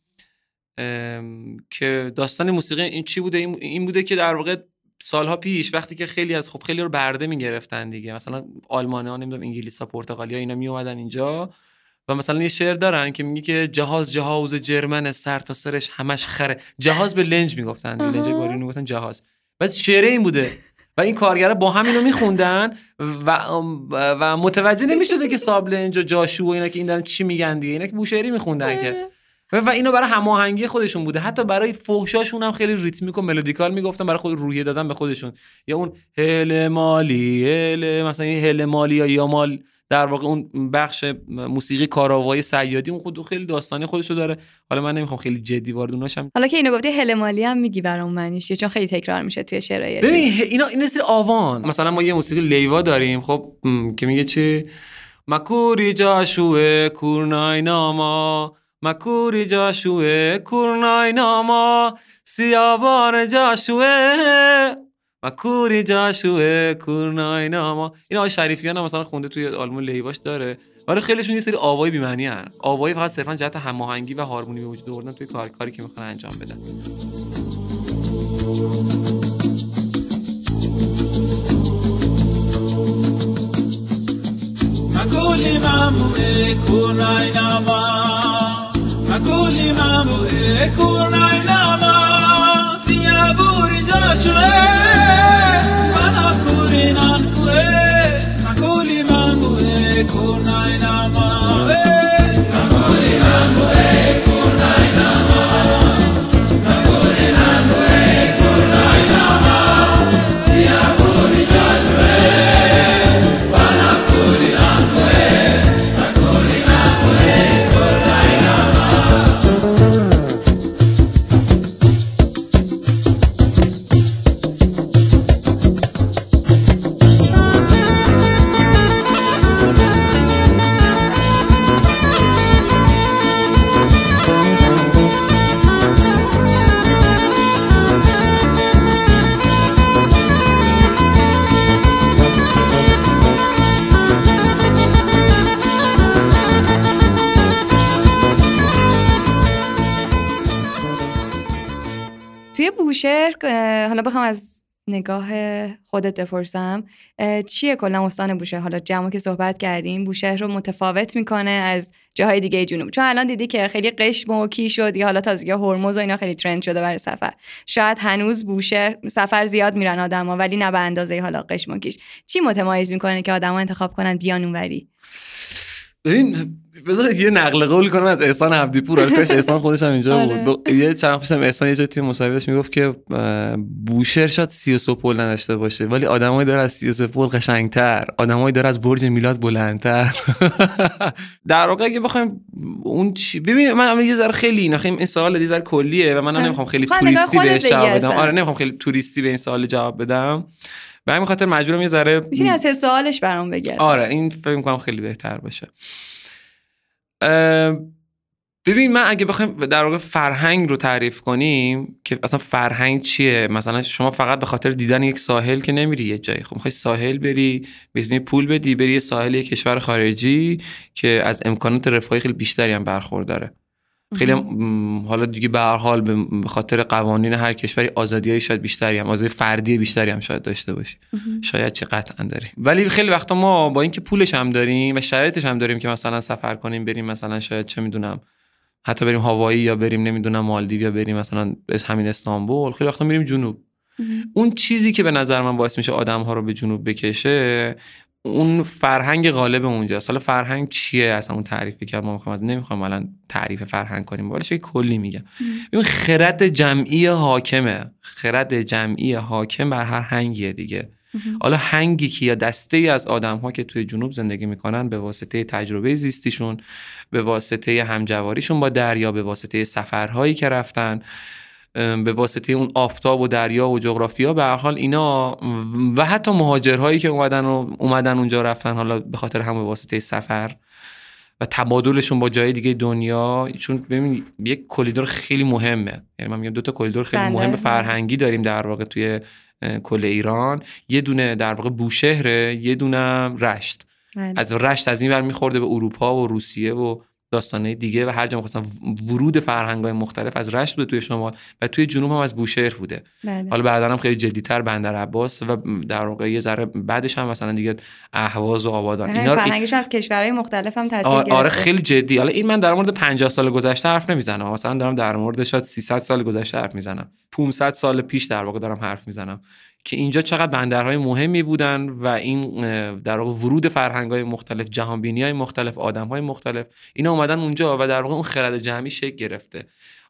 که داستان موسیقی این چی بوده؟ این, این بوده که در واقع سالها پیش وقتی که خیلی از خب خیلی رو برده میگرفتن دیگه، مثلا آلمانی‌ها نمیدونم انگلیس‌ها پرتغالی‌ها اینا می اومدن اینجا و مثلا یه شعر دارن که میگه که جهاز جهاز جرمن سر تا سرش همش خره. جهاز به لنج میگفتن، لنج گاری میگفتن جهاز. بس شعر این بوده و این کارگرا با هم اینو میخوندن و و متوجه نمیشده که صاحب لنج و جاشو و اینا که این دارن چی میگن دیگه، اینا که بوشهری میخوندن که و اینو برای هماهنگی خودشون بوده. حتی برای فحشاشون هم خیلی ریتمیک و ملودیکال میگفتن برای خود روحیه دادن به خودشون. یا اون هل مالی هل مثلا این هل مالی یا یا مال در واقع اون بخش موسیقی کاراوای صیادی اون خود خیلی داستانی خودشو داره. حالا من نمیخوام خیلی جدی وارد اوناشم. حالا که اینو گفتی هل مالی هم میگی برام معنیش چون خیلی تکرار میشه توی شعرهای. ببین اینا این سری آوان، مثلا ما یه موسیقی لیوا داریم خب که میگه چی مکوری جاشوه کورنای ناما، مکوری جاشوه کورنای ناما، سیابان جاشوه مکوری جاشوه کورنای ناما. این آقای شریفیان هم مثلا خونده توی آلبوم لیواش داره، ولی خیلیشون یه سری آوای بی معنی ان، آوای فقط صرفا جهت هماهنگی و هارمونی به وجود آوردن توی کار کاری که میخوان انجام بدن. مکولی ماموه کورنای ناما، مکولی ماموه کورنای ناما، سیابوری جاشوه بنا کورینان کوه، مکولی ماموه کورنای ناما، مکولی ماموه کورنای ناما، مکولی ماموه کورنای ناما، سیابوری جاشوه بنا کورینان کوه، مکولی ماموه کورنای ناما. توی بوشهر حالا بخوام از نگاه خودت بپرسم چیه کلا استان بوشهر، حالا جمعو که صحبت کردیم، بوشهر رو متفاوت میکنه از جاهای دیگه جنوب؟ چون الان دیدی که خیلی قشم و کی شد یا حالا تازگی هرمز و اینا خیلی ترند شده برای سفر. شاید هنوز بوشهر سفر زیاد میرن آدما ولی نه به اندازه حالا قشم و کیش. چی متمایز میکنه که آدما انتخاب کنن بیان اونوری؟ ببین بذار یه نقل قول کنم از احسان عبدیپور. البته احسان خودش هم اینجا بود. یه چند وقت پیشم احسان یه جای توی مصاحبهش میگفت که بوشهر شاید سی و سه پل نداشته باشه ولی آدمایی داره از سی و سه پل قشنگتر، آدمایی داره از برج میلاد بلندتر. در واقع اگه بخوایم اون چی، ببین من یه ذره خیلی اینا خیلی این سوال یه ذره کلیه و من نمیخوام خیلی توریستی بهش جواب بدم. آره نمیخوام خیلی توریستی به این سوال جواب بدم. به همین خاطر مجبورم یه ذره میتونی از حس سوالش برام بگی. آره این فکر می‌کنم خیلی بهتر باشه. ببین من اگه بخوایم در واقع فرهنگ رو تعریف کنیم که اصلا فرهنگ چیه، مثلا شما فقط به خاطر دیدن یک ساحل که نمیری یه جایی، خب میخوای ساحل بری بتونی پول بدی بری یه ساحل یک کشور خارجی که از امکانات رفاهی خیلی بیشتری هم برخورداره. خیلی هم حالا دیگه به هر حال به خاطر قوانین هر کشوری آزادیای شاید بیشتری هم آزادی فردی بیشتری هم شاید داشته باشی، شاید چه قطعا داری، ولی خیلی وقتا ما با اینکه پولش هم داریم و شرایطش هم داریم که مثلا سفر کنیم بریم مثلا شاید چه میدونم حتی بریم هاوایی یا بریم نمیدونم مالدیو یا بریم مثلا همین استانبول، خیلی وقتا میریم جنوب. اون چیزی که به نظر من باعث میشه آدم‌ها رو به جنوب بکشه اون فرهنگ غالب اونجاست. حالا فرهنگ چیه اصلا اون تعریفی که ما میخوام از نمیخوام الان تعریف فرهنگ کنیم ولی چیزی کلی میگم. این خرد جمعی حاکمه، خرد جمعی حاکم بر هر هنگیه دیگه. حالا هنگی که یا دسته ای از آدم‌ها که توی جنوب زندگی میکنن به واسطه تجربه زیستیشون، به واسطه همجواریشون با دریا، به واسطه سفرهایی که رفتن، به واسطه اون آفتاب و دریا و جغرافیا، به هر حال اینا و حتی مهاجرهایی که اومدن و اومدن اونجا رفتن حالا به خاطر هم به واسطه سفر و تبادلشون با جای دیگه دنیا، چون ببین یک کلیدور خیلی مهمه. یعنی من میگم دو تا کلیدور خیلی بله. مهم فرهنگی داریم در واقع توی کل ایران. یه دونه در واقع بوشهره، یه دونه رشت. بله. از رشت از این ور میخورده به اروپا و روسیه و داستانه دیگه و هر جا می‌خواستن ورود فرهنگ‌های مختلف از رشت بوده توی شمال و توی جنوب هم از بوشهر بوده. بله. حالا بعداً هم خیلی جدی‌تر بندر عباس و در واقع یه ذره بعدش هم مثلا دیگه اهواز و آبادان اینا فرهنگش از کشورهای مختلف هم تاثیر گرفته. آره خیلی جدی. حالا این من در مورد پنجاه سال گذشته حرف نمیزنم، مثلا دارم در مورد شاید سیصد سال گذشته حرف میزنم، پانصد سال پیش در واقع دارم حرف میزنم که اینجا چقدر بندرهای مهمی بودن و این در واقع ورود فرهنگ‌های مختلف، جهانبینی‌های مختلف، آدم‌های مختلف اینا اومدن اونجا و در واقع اون خرد جمعی شکل گرفته.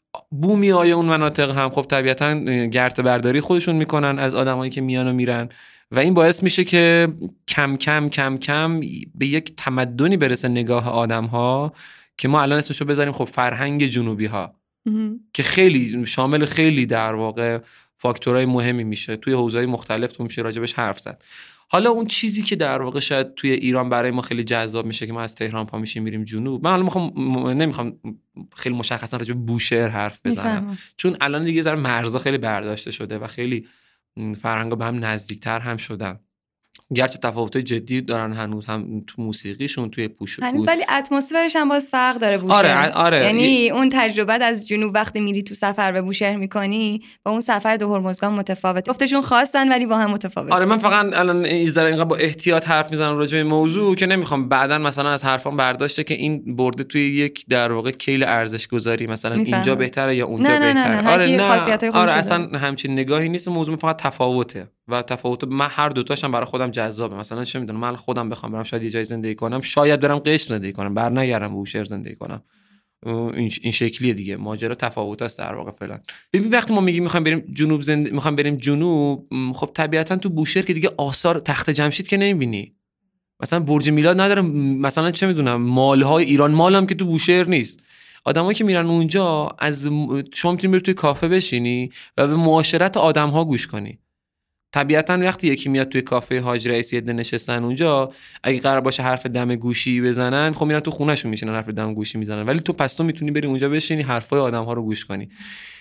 بومیای اون مناطق هم خب طبیعتاً گرد برداری خودشون میکنن از آدمایی که میان و میرن و این باعث میشه که کم کم کم کم به یک تمدنی برسه نگاه آدم‌ها که ما الان اسمشو بذاریم خب فرهنگ جنوبی ها که خیلی شامل خیلی در واقع فاکتورهای مهمی میشه توی حوزه‌های مختلف تو میشه راجبش حرف زد. حالا اون چیزی که در واقع شاید توی ایران برای ما خیلی جذاب میشه که ما از تهران پا میشیم میریم جنوب. من حالا میخوام نمیخوام خیلی مشخصا راجع به بوشهر حرف بزنم میفهم. چون الان دیگه ذره مرزا خیلی برداشته شده و خیلی فرهنگا به هم نزدیکتر هم شدن، گرچه تفاوت‌های جدی دارن هنوز هم تو موسیقیشون توی پوش هنوز، ولی اتمسفرش هم باز فرق داره بوشهر. آره آره یعنی اون تجربه از جنوب وقتی میری تو سفر به بوشهر میکنی با اون سفر دو هرمزگان متفاوته. گفتشون خواستن ولی با هم متفاوته. آره من فقط الان این ذره اینقدر با احتیاط حرف میزنم راجع به موضوع که نمیخوام بعداً مثلا از حرفام برداشته که این برده توی یک در واقع کیل ارزش گذاری مثلا میفهم. اینجا بهتره یا اونجا نه نه بهتره. نه نه. آره نه آره اصلا همچین نگاهی نیست. موضوع فقط تفاوته و تفاوت من هر دو تاشم برای خودم جذابه. مثلا چه میدونم من خودم بخوام برم شاید یه جای زندگی کنم، شاید برم قشم زندگی کنم، برنگردم بوشهر زندگی کنم. این این شکلیه دیگه، ماجرا تفاوت است در واقع فعلا. ببین وقتی ما میگیم میخوایم بریم جنوب زند... میخوایم بریم جنوب، خب طبیعتا تو بوشهر که دیگه آثار تخت جمشید که نمیبینی، مثلا برج میلاد نداره، مثلا چه میدونم مالهای ایران مال هم که تو بوشهر نیست. آدمایی که میرن اونجا از شما میتونی بری توی کافه بشینی و به معاشرت آدم‌ها گوش کنی. طبیعتاً وقتی یکی میاد توی کافه حاج رئیس یه دونه نشستن اونجا، اگه قرار باشه حرف دم گوشی بزنن، خب میرن تو خونه‌شون میشینن حرف دم گوشی میزنن، ولی تو پس تو میتونی بری اونجا بشینی حرفای آدم‌ها رو گوش کنی.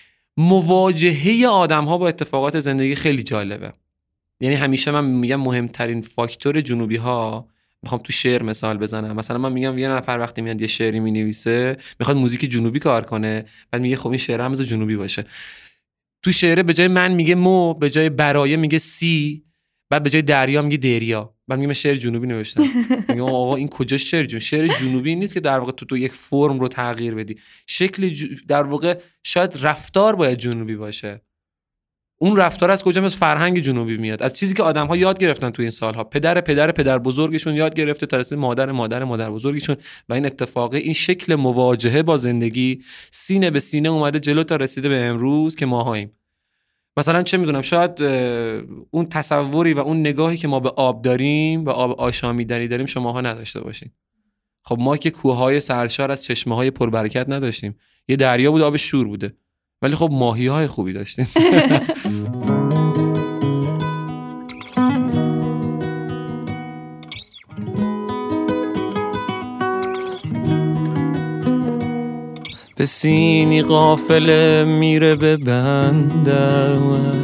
مواجهه آدم‌ها با اتفاقات زندگی خیلی جالبه. یعنی همیشه من میگم مهمترین فاکتور جنوبی‌ها، میخوام تو شعر مثال بزنم، مثلا من میگم یه نفر وقتی میاد یه شعری مینویسه میخواد موزیک جنوبی کار کنه، بعد میگه خب این شعر هم جنوبی باشه. تو شعره به جای من میگه مو، به جای برایه میگه سی، بعد به جای دریا میگه دریا. بعد میگم شعر جنوبی نوشتم. میگم آقا این کجا شعر جنوبی؟ شعر جنوبی نیست که در واقع تو تو یک فرم رو تغییر بدی. شکل ج... در واقع شاید رفتار باید جنوبی باشه. اون رفتار از کجا؟ از فرهنگ جنوبی میاد، از چیزی که آدم‌ها یاد گرفتن تو این سال‌ها. پدر پدر پدر بزرگشون یاد گرفته تا رسید مادر مادر مادر بزرگشون، و این اتفاق، این شکل مواجهه با زندگی سینه به سینه اومده جلو تا رسیده به امروز که ماهاییم. مثلا چه میدونم شاید اون تصوری و اون نگاهی که ما به آب داریم، به آب آشامیدنی داریم، شماها نداشته باشین. خب ما که کوههای سرشار از چشمه‌های پربرکت نداشتیم، یه دریا بود آب شور بوده، ولی خب ماهی‌های خوبی داشتیم. به سینی قافله میره به بندر،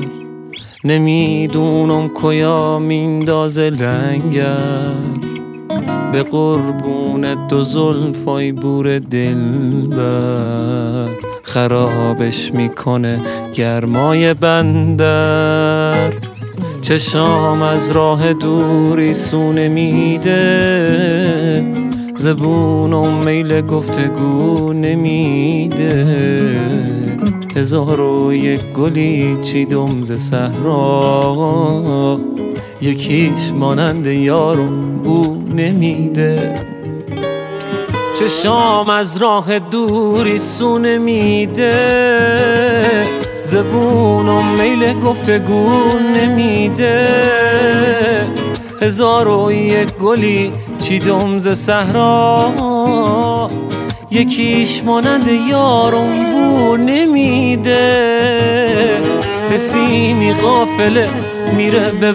نمیدونم کجا میندازه لنگر، به قربون دو زلفای بور دلبر، خرابش میکنه گرمای بندر. چشام از راه دوری سونه میده، زبونم میل گفتگو نمیده، هزار و یک گلی چیدم ز صحرا، یکیش مانند یارم بو نمیده. چشام از راه دوری سونه میده، زبونم میل گفتگو نمیده، هزار و یک گلی چیدم ز صحرا، یکیش مانند یارم بو نمیده. حسینی قافله میره به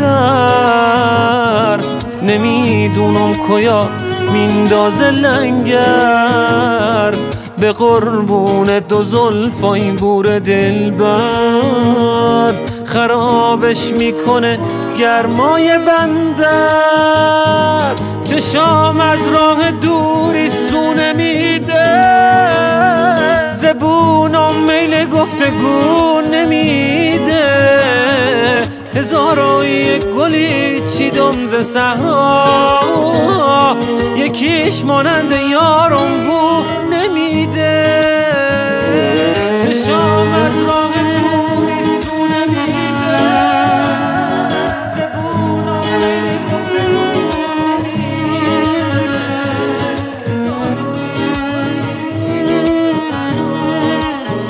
بندر، نمیدونم کجا میندازه لنگر، به قربون دو زلفای بور دلبر، خرابش میکنه گرمای بندر. چشام از راه دوری سونه میده، زبونم میل گفتگو نمیده، هزار و یک گلی چیدم ز صحرا، یکیش مانند یارم بو نمیده. چشام از راه دوری سونه میده، زبونم میل گفتگو نمیده، هزار و یک گلی چیدم ز صحرا،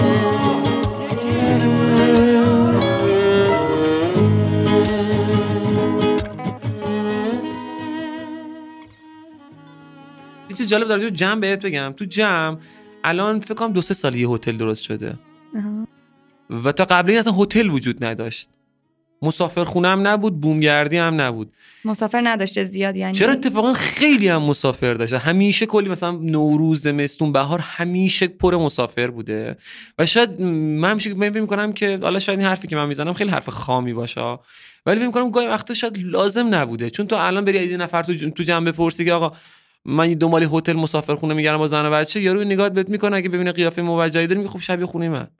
جالب در جمع بهت بگم، تو جمع الان فکر کنم دو سه سال یه هتل درست شده و تا قبل این اصلا هتل وجود نداشت، مسافرخونه هم نبود، بومگردی هم نبود، مسافر نداشته زیاد. یعنی چرا اتفاقا خیلی هم مسافر داشته، همیشه کلی مثلا نوروز، زمستون، بهار همیشه پر مسافر بوده. و شاید من همیشه فکر می‌کنم که حالا شاید این حرفی که من میزنم خیلی حرف خامی باشه، ولی فکر می‌کنم گاهی وقتا شاید لازم نبوده، چون تو الان بری یه نفر تو تو جمع بپرسی که آقا من دنبال هتل مسافرخونه میگردم با زن و بچه، یارو نگاهت بهت میکنه اگه ببینه قیافه موجهی داری میگه خب شبیه خونه من.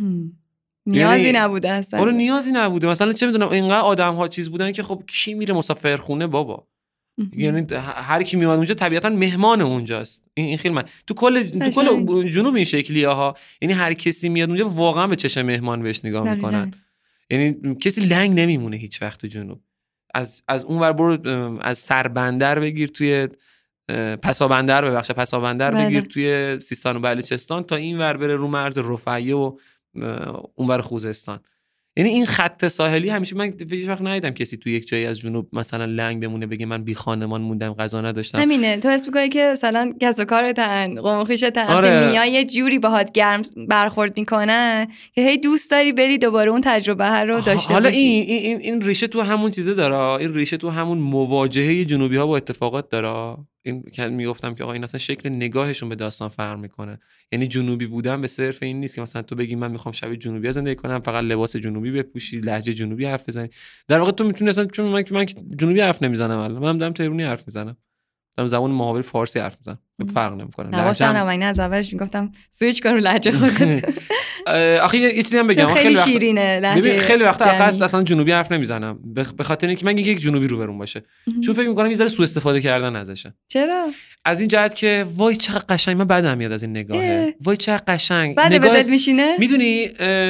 نیازی یعنی نبوده اصلا. آره نیازی نبوده. مثلا چه میدونم اینقدر آدم ها چیز بودن که خب کی میره مسافرخونه بابا؟ یعنی هر کی میاد اونجا طبیعتا مهمان اونجاست. این این خیلی من تو کل تو کل جنوب این شکلیه ها، یعنی هر کسی میاد اونجا واقعا به چشم مهمان بهش نگاه میکنن. یعنی کسی لنگ نمیمونه هیچ وقت تو جنوب. از از اون ور برو، از سربندر بگیر توی پسابندر، ببخشید پسابندر بگیر توی سیستان و بلوچستان تا این ور بره رو مرز رفیع و اونور خوزستان. یعنی این خط ساحلی همیشه من هیچ وقت ندیدم کسی تو یک جایی از جنوب مثلا لنگ بمونه بگه من بی خانمان موندم، غذا نداشتم. همینه، تو حس می‌کنی که مثلا کس و کارتن، قوم و خویشتن، آره. میای یه جوری باهات گرم برخورد میکنن که هی دوست داری بری دوباره اون تجربه ها رو داشته باشی. حالا این این این ریشه تو همون چیزه داره، این ریشه تو همون مواجهه جنوبی‌ها با اتفاقات داره. این که میگفتم که آقا این اصلا شکل نگاهشون به داستان فرق میکنه. یعنی جنوبی بودن به صرف این نیست که مثلا تو بگی من میخوام شبیه جنوبی زندگی کنم، فقط لباس جنوبی بپوشی، لهجه جنوبی حرف بزنی. در واقع تو میتونی اصلا، چون من من جنوبی حرف نمیزنم، الان من دارم تهرانی حرف میزنم، دارم زبان محاوره فارسی حرف میزنم، فرق نمیکنه. لهجه‌ام نه، من از اولش میگفتم سویچ کن رو لهجه خودت. آخه یه چیزی هم بگم، خیلی شیرینه لهجه. خیلی وقتا قصد اصلا جنوبی حرف نمیزنم به خاطر اینکه من یک جنوبی رو برون باشه، چون فکر میکنم یه ذره سوء استفاده کردن ازشه. چرا؟ از این جهت که وای چقدر قشنگ، من بعدم میاد از این نگاهه، وای چقدر قشنگ بعد نگاه... بدل میشینه. میدونی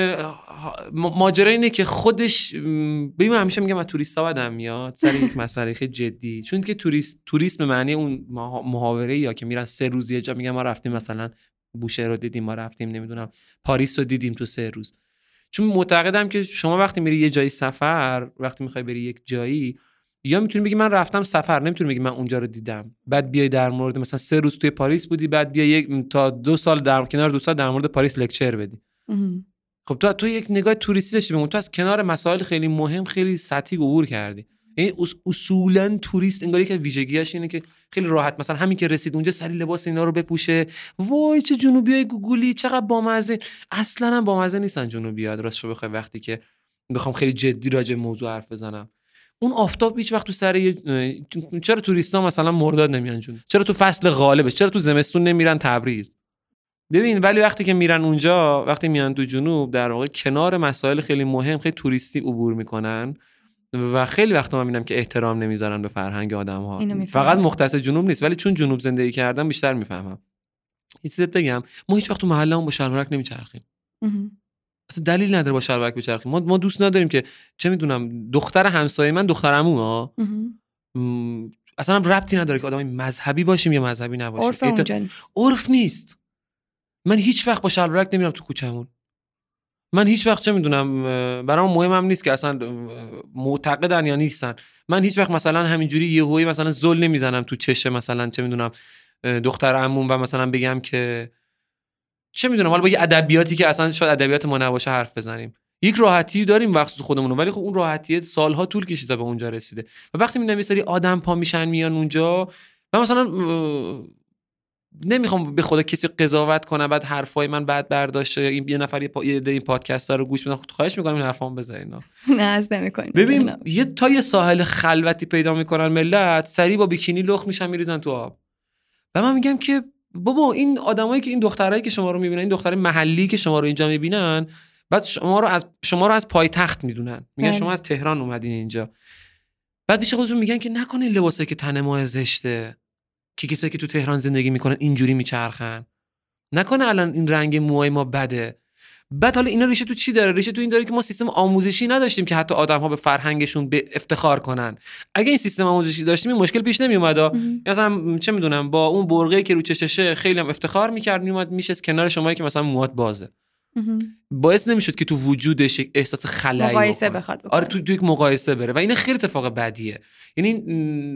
ماجرا اینه که خودش ببین، همیشه میگم از توریستا بعدم میاد سر یک مسئله خیلی جدی، چون که توریست توریست به معنی اون محاوره یا که میرن سه روز یه جا، میگم ما رفتیم مثلا بوشهر رو دیدیم، ما رفتیم نمیدونم پاریس رو دیدیم تو سه روز. چون معتقدم که شما وقتی میری یه جایی سفر، وقتی میخوای بری یک جایی، یا میتونی بگی من رفتم سفر، نمیتونی بگی من اونجا رو دیدم، بعد بیای در مورد مثلا سه روز توی پاریس بودی، بعد بیای یک تا دو سال در کنار دوستا در مورد پاریس لکچر بدی. خب تو تو یک نگاه توریستی داشتی، بمون تو از کنار مسائل خیلی مهم خیلی سطحی عبور کردی. یعنی اصولا توریست انگاری که ویژگیاش اینه که خیلی راحت مثلا همین که رسید اونجا سری لباس اینا رو بپوشه، وای چه جنوبیای گوگلی چقدر بامزه. اصلا هم بامزه نیستن جنوبی‌ها، راستش رو بخوای وقتی که بخوام خیلی جدی راجع به موضوع حرف بزنم. اون آفتاب هیچ وقت تو سر یه... چرا توریستا مثلا مرداد نمیان جنوب؟ چرا تو فصل غالبش؟ چرا تو زمستون نمیرن تبریز؟ ببین ولی وقتی که میرن اونجا، وقتی میان تو جنوب، در واقع کنار مسائل خیلی مهم خیلی توریستی عبور میکنن و خیلی وقتا من میبینم که احترام نمیذارن به فرهنگ آدم‌ها. فقط مختص جنوب نیست، ولی چون جنوب زندگی کردم بیشتر میفهمم. یه چیزت بگم، ما هیچ وقت تو محلهمون با شلوارک نمیچرخیم. اصلا دلیل نداره با شلوارک بچرخیم. ما ما دوست نداریم که چه میدونم دختر همسایه من دختر عموها اصلا هم ربطی نداره که آدمی مذهبی باشیم یا مذهبی نباشیم. عرف اونجا نیست. عرف نیست. من هیچ وقت با شلوارک نمیرم تو کوچه‌مون. من هیچ وقت چه میدونم، برام مهمم نیست که اصلا معتقدن یا نیستن. من هیچ وقت مثلا همینجوری یهویی مثلا زل نمیزنم تو چشه مثلا چه میدونم دختر عموم و مثلا بگم که چه میدونم حالا با یه ادبیاتی که اصلا شاید ادبیات ما نباشه حرف بزنیم. یک راحتی داریم وقت خودمون، ولی خب اون راحتیه سالها طول کشیده تا به اونجا رسیده. و وقتی میبینم یه سری آدم پا میشن میان اونجا، من مثلا نمیخوام به خدا کسی قضاوت کنه بعد حرفای من بعد برداشته این یه نفر پا... یه این پادکست رو گوش بدن، خواهش میکنم این حرفامو بذارین. نه از نمیکنین. ببین یه تا یه ساحل خلوتی پیدا میکنن ملت، سری با بیکینی لخت میشن میریزن تو آب. و من میگم که بابا این آدمایی که این دخترایی که شما رو میبینن، این دختر محلی که شما رو اینجا میبینن، بعد شما رو از شما رو از پایتخت میدونن، میگن شما از تهران اومدین اینجا، بعد پیش خودشون میگن که نکنین لباسایی که تن ما زشته، که کسایی که تو تهران زندگی میکنن اینجوری میچرخن، نکنه الان این رنگ موهای ما بده. بعد حالا اینا ریشه تو چی داره؟ ریشه تو این داره که ما سیستم آموزشی نداشتیم که حتی آدم‌ها به فرهنگشون به افتخار کنن. اگه این سیستم آموزشی داشتیم این مشکل پیش نمیومد. مثلا چه میدونم با اون برقه که رو چششه خیلی هم افتخار میکرد، میومد میشست کنار شمایی که مثلا موهات بازه، باعث نمیشد که تو وجودش یک احساس خلایی مقایسه بخواد بکنه. آره تو تو یک مقایسه بره و این خیلی اتفاق بدیه. یعنی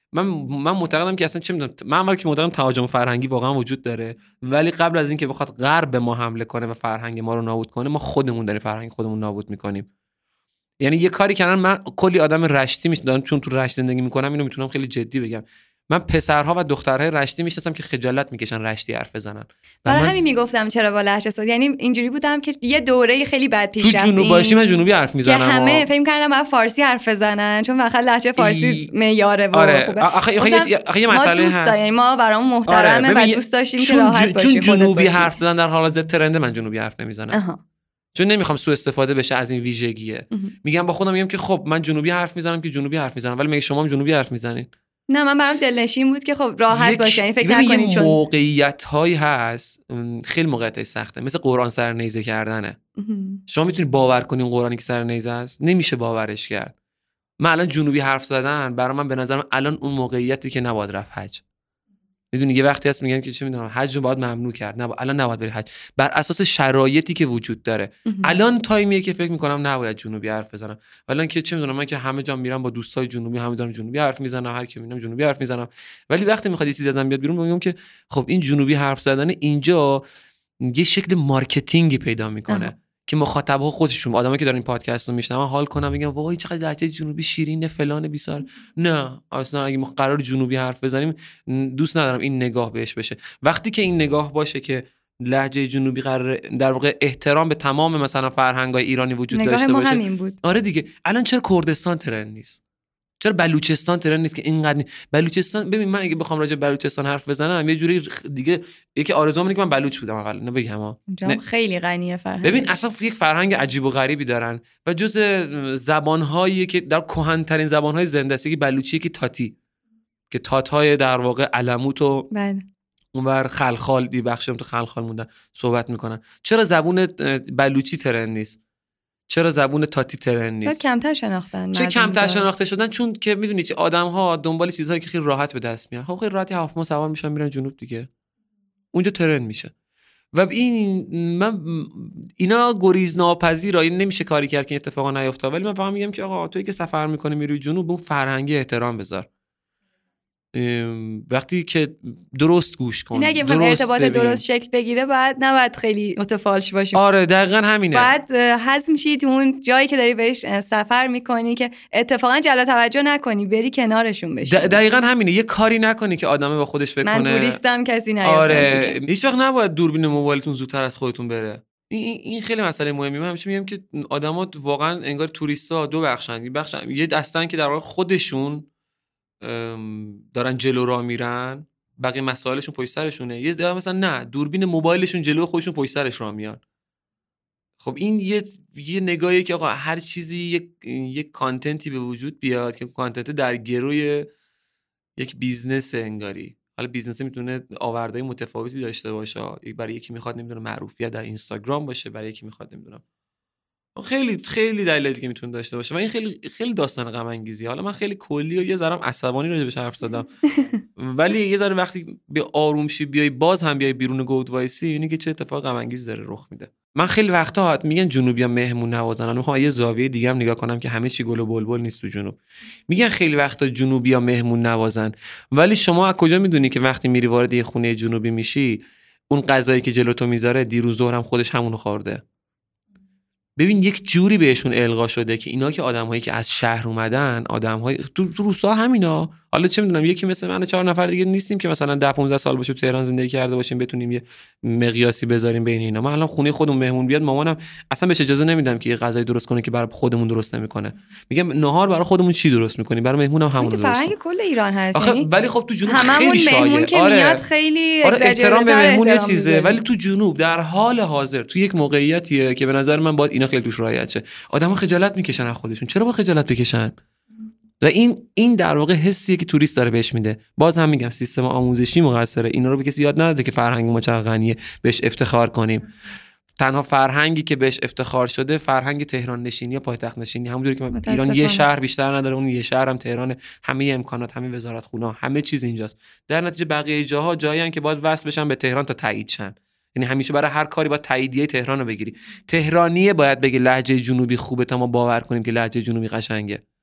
من من معتقدم که اصلا چه میدونم، من اول که معتقدم تهاجم فرهنگی واقعا وجود داره، ولی قبل از اینکه بخواد غرب به ما حمله کنه و فرهنگ ما رو نابود کنه، ما خودمون داریم فرهنگ خودمون نابود میکنیم. یعنی یه کاری کردن، من کلی آدم رشتی میشناسم چون تو رشت زندگی میکنم، اینو میتونم خیلی جدی بگم، من پسرها و دخترهای رشتی میشناسم که خجالت میکشن رشتی حرف بزنن. برای من... همین میگفتم چرا با لهجه صحبت، یعنی اینجوری بودم که یه دوره خیلی بد پیش رفتیم. تو جنوب باشی من جنوبی حرف میزنم که همه فکر کردن باید فارسی حرف بزنن چون واقعا لهجه فارسی ای... معیاره و آره. خوبه. آخه آخه یه مسئله هست. ما یعنی ما برامون محترمه آره. و دوست داشتیم که راحت باشیم. چون جنوبی حرف زدن در حال حاضر ترند، من جنوبی حرف نمیزنم. چون نمیخوام سوء استفاده بشه از این ویژگیه. میگم با خودم میگم که خب من جنوبی حرف میزنم که جنوبی حرف میزنم، ولی مگه شما هم جنوبی حرف میزنین؟ نه من برام دلنشین بود که خب راحت باشه، یعنی فکر نکنین چون موقعیت هایی هست خیلی موقعیت سخته، مثل قرآن سر نیزه کردنه. شما میتونی باور کنین قرآنی که سر نیزه است؟ نمیشه باورش کرد. من الان جنوبی حرف زدن برای من به نظرم الان اون موقعیتی که نباید رفت حج. میدونی یه وقتی هست میگن که چه میدونم حج رو باید ممنوع کرد، نه الان نباید بری حج بر اساس شرایطی که وجود داره. الان تایمیه که فکر میکنم نباید جنوبی حرف بزنم، الان که چه میدونم من که همه جا میرم با دوستای جنوبی، همه دارن جنوبی حرف میزنن، هر کی میبینم جنوبی حرف میزنم، ولی وقتی میخواد یه چیزی ازم بیاد بیرون میگم که خب این جنوبی حرف زدن اینجا یه شکل مارکتینگی پیدا میکنه اه. که مخاطب‌ها خودشون، آدمایی که دارن این پادکست رو میشنون حال کنن، میگن وای چقدر لهجه جنوبی شیرینه فلان بیسار. نه اصلا اگه ما قرار جنوبی حرف بزنیم دوست ندارم این نگاه بهش بشه. وقتی که این نگاه باشه که لهجه جنوبی قرار در واقع احترام به تمام مثلا فرهنگ‌های ایرانی وجود داشته باشه. نگاه ما همین بود. آره دیگه. الان چرا کردستان ترند نیست؟ چرا بلوچستان ترند نیست که اینقدر نی... بلوچستان ببین من اگه بخوام راجع به بلوچستان حرف بزنم یه جوری دیگه یکی آرزوام اینه که من بلوچ بودم اول نه بگم ها نه. خیلی غنیه فرهنگ. ببین اصلا یک فرهنگ عجیب و غریبی دارن و جز زبان‌هایی که در کهن‌ترین زبان‌های زنده است که بلوچی که تاتی که تات‌های در واقع علموت و بله اونور خلخال دی بخشم تو خلخال موندن صحبت میکنن. چرا زبون بلوچی ترند نیست؟ چرا زبون تاتی ترند نیست؟ چرا کمتر شناختن؟ چه کمتر شناخته شدن؟ چون که میدونی چه آدم‌ها دنبال چیزهایی که خیلی راحت به دست میاد. خب خیلی راحتی هواپیما سوار میشن میرن جنوب دیگه. اونجا ترند میشه. و این من اینا گریزناپذیره، این نمیشه کاری کرد که اتفاقا نیفته، ولی من فقط میگم که آقا تویی که سفر میکنی میری جنوب، اون فرهنگی احترام بذار. وقتی که درست گوش کن، اگه بخوام ارتباط ببین. درست شکل بگیره بعد نباید خیلی متفالش باشیم. آره دقیقاً همینه. بعد هضم شی تو اون جایی که داری بهش سفر میکنی که اتفاقا جلب توجه نکنی، بری کنارشون بشی. دقیقاً همینه. یه کاری نکنی که آدمه با خودش فکر من کنه من توریستم کسی نیاد. آره هیچ وقت نباید دوربین موبایلتون زودتر از خودتون بره. این این خیلی مسئله مهمی. من همیشه میگم که آدما واقعا انگار توریستا دو بخشن. یه بخش یه دستن که در واقع خودشون دارن جلو راه میرن، بقیه مسائلشون پشت سرشونه. یه ده مثلا نه دوربین موبایلشون جلو خودشون پشت سرش راه میان. خب این یه یه نگاهی که آقا هر چیزی یک یک کانتنتی به وجود بیاد که کانتنت در گروی یک بیزنس انگاری. حالا بیزنس میتونه آوردهای متفاوتی داشته باشه. برای یکی میخواد نمیدونم معروفیت در اینستاگرام باشه، برای یکی میخواد نمیدونم خیلی خیلی دلایلی دیگه میتونه داشته باشه و این خیلی خیلی داستان غم انگیزی. حالا من خیلی کلی و یه ذرم عصبانی راجع بهش حرف زدم ولی یه ذره وقتی به آروم شی بیای باز هم بیای بیرون گود وایسی اینی که چه اتفاق غم انگیزی داره رخ میده. من خیلی وقتا میگن جنوبیا مهمون نوازن، الان میخوام یه زاویه دیگه هم نگاه کنم که همه چی گل و بلبل نیست تو جنوب. میگن خیلی وقتا جنوبیا مهمون نوازن، ولی شما از کجا میدونی که وقتی میری وارد یه خونه جنوبی میشی اون غذایی که جلو تو میذاره دیروز ظهر هم خودش همونو خورده؟ ببین یک جوری بهشون القا شده که اینا که آدمایی که از شهر اومدن، آدمهای تو, تو روستا همینا، حالا چه میدونم یکی مثل من چهار نفر دیگه نیستیم که مثلا ده پانزده سال باشه تو تهران زندگی کرده باشیم بتونیم یه مقیاسی بذاریم بین اینا. من الان خونه خودمون مهمون بیاد مامانم اصلا بهش اجازه نمیدم که یه غذای درست کنه که برای خودمون درست نمیکنه. میگم نهار برای خودمون چی درست میکنی، برای مهمونم هم همون درست کن. فرهنگ کل ایران هست. آخه ولی خب تو جنوب خیلی شایعه. آره خیلی آره احترام به مهمون یه چیزه، ولی تو جنوب در حال حاضر تو یک موقعیتیه که به نظر من باید اینا خیلی توش رعایت شه. آدم‌ها خجالت میکشن از خودشون. چرا با خجالت بکشن؟ و این این در واقع حسیه که توریست داره بهش میده. باز هم میگم سیستم آموزشی مقصره. اینا رو به کسی یاد نداده که فرهنگ ما چقدر غنیه بهش افتخار کنیم. تنها فرهنگی که بهش افتخار شده فرهنگ تهران نشینی یا پایتخت نشینی. همونجوری که ایران یه شهر بیشتر نداره، اون یه شهر هم تهران، همه امکانات، همه وزارتخونه، همه چیز اینجاست. در نتیجه بقیه جاها جایین که باید وصل بشن به تهران تا تایید شن. یعنی همیشه برای هر کاری باید تاییدیه تهران رو بگیری. تهرانیه باید بگه لهجه جنوبی خوبه تا ما باور کنیم که لهجه جنوبی قشنگه.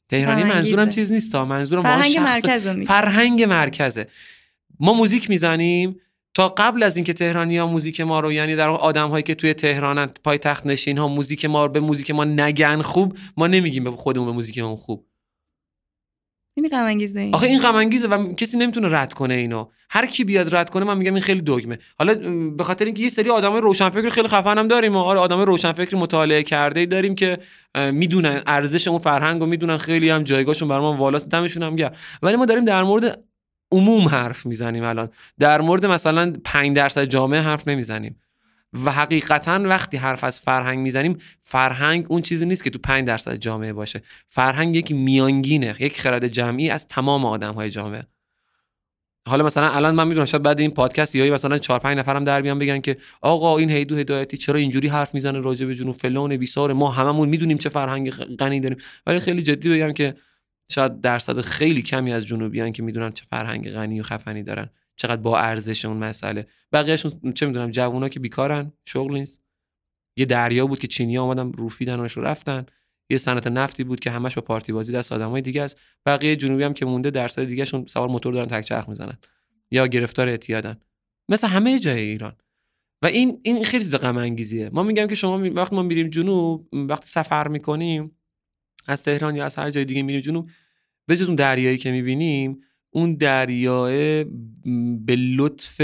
تهرانی منظورم چیز نیست تا منظورم فرهنگ مرکز فرهنگ مرکزه. ما موزیک میزنیم تا قبل از اینکه تهرانی‌ها موزیک ما رو، یعنی در واقع آدم‌هایی که توی تهرانن، پایتخت نشین‌ها، موزیک ما رو به موزیک ما نگن خوب، ما نمیگیم به خودمون به موزیک ما خوب. این غم انگیزه این. آخه این غم انگیزه و کسی نمیتونه رد کنه اینو. هر کی بیاد رد کنه من میگم این خیلی دگمه. حالا به خاطر اینکه یه سری آدمای روشنفکر خیلی خفن هم داریم، آره آدمای روشنفکر مطالعه کرده داریم که میدونن ارزش اون فرهنگو، میدونن خیلی هم جایگاهشون برام والاست، دمشون هم گرم. ولی ما داریم در مورد عموم حرف میزنیم الان، در مورد مثلا پنج درصد جامعه حرف نمیزنیم. و حقیقتا وقتی حرف از فرهنگ میزنیم، فرهنگ اون چیزی نیست که تو پنج درصد جامعه باشه. فرهنگ یک میانگینه، یک خرد جمعی از تمام آدم‌های جامعه. حالا مثلا الان من میدونم شاید بعد این پادکست یهو مثلا چهار پنج نفرم در بیان بگن که آقا این هیدو هدایتی چرا اینجوری حرف میزنه راجع به جنوب فلان بیسار، ما هممون میدونیم چه فرهنگ غنی داریم. ولی خیلی جدی بگم که شاید درصد خیلی کمی از جنوبیان که میدونن چه فرهنگ غنی و خفنی دارن، چقدر با ارزش اون مسئله. بقیه‌شون چه میدونم جوونا که بیکارن، شغل نیست. یه دریا بود که چینی‌ها اومدن روفیدنش رو رفتن، یه صنعت نفتی بود که همش با پارتی بازی دست آدمای دیگه است. بقیه جنوبی هم که مونده درصد دیگه‌شون سوار موتور دارن، تک چرخ میزنن یا گرفتار اعتیادن، مثل همه جای ایران. و این این خیلی غم انگیزیه. ما میگم که شما وقتی ما میریم جنوب، وقتی سفر میکنیم از تهران یا از هر جای دیگه میریم جنوب، به جز اون دریایی که میبینیم، اون دریاه به لطف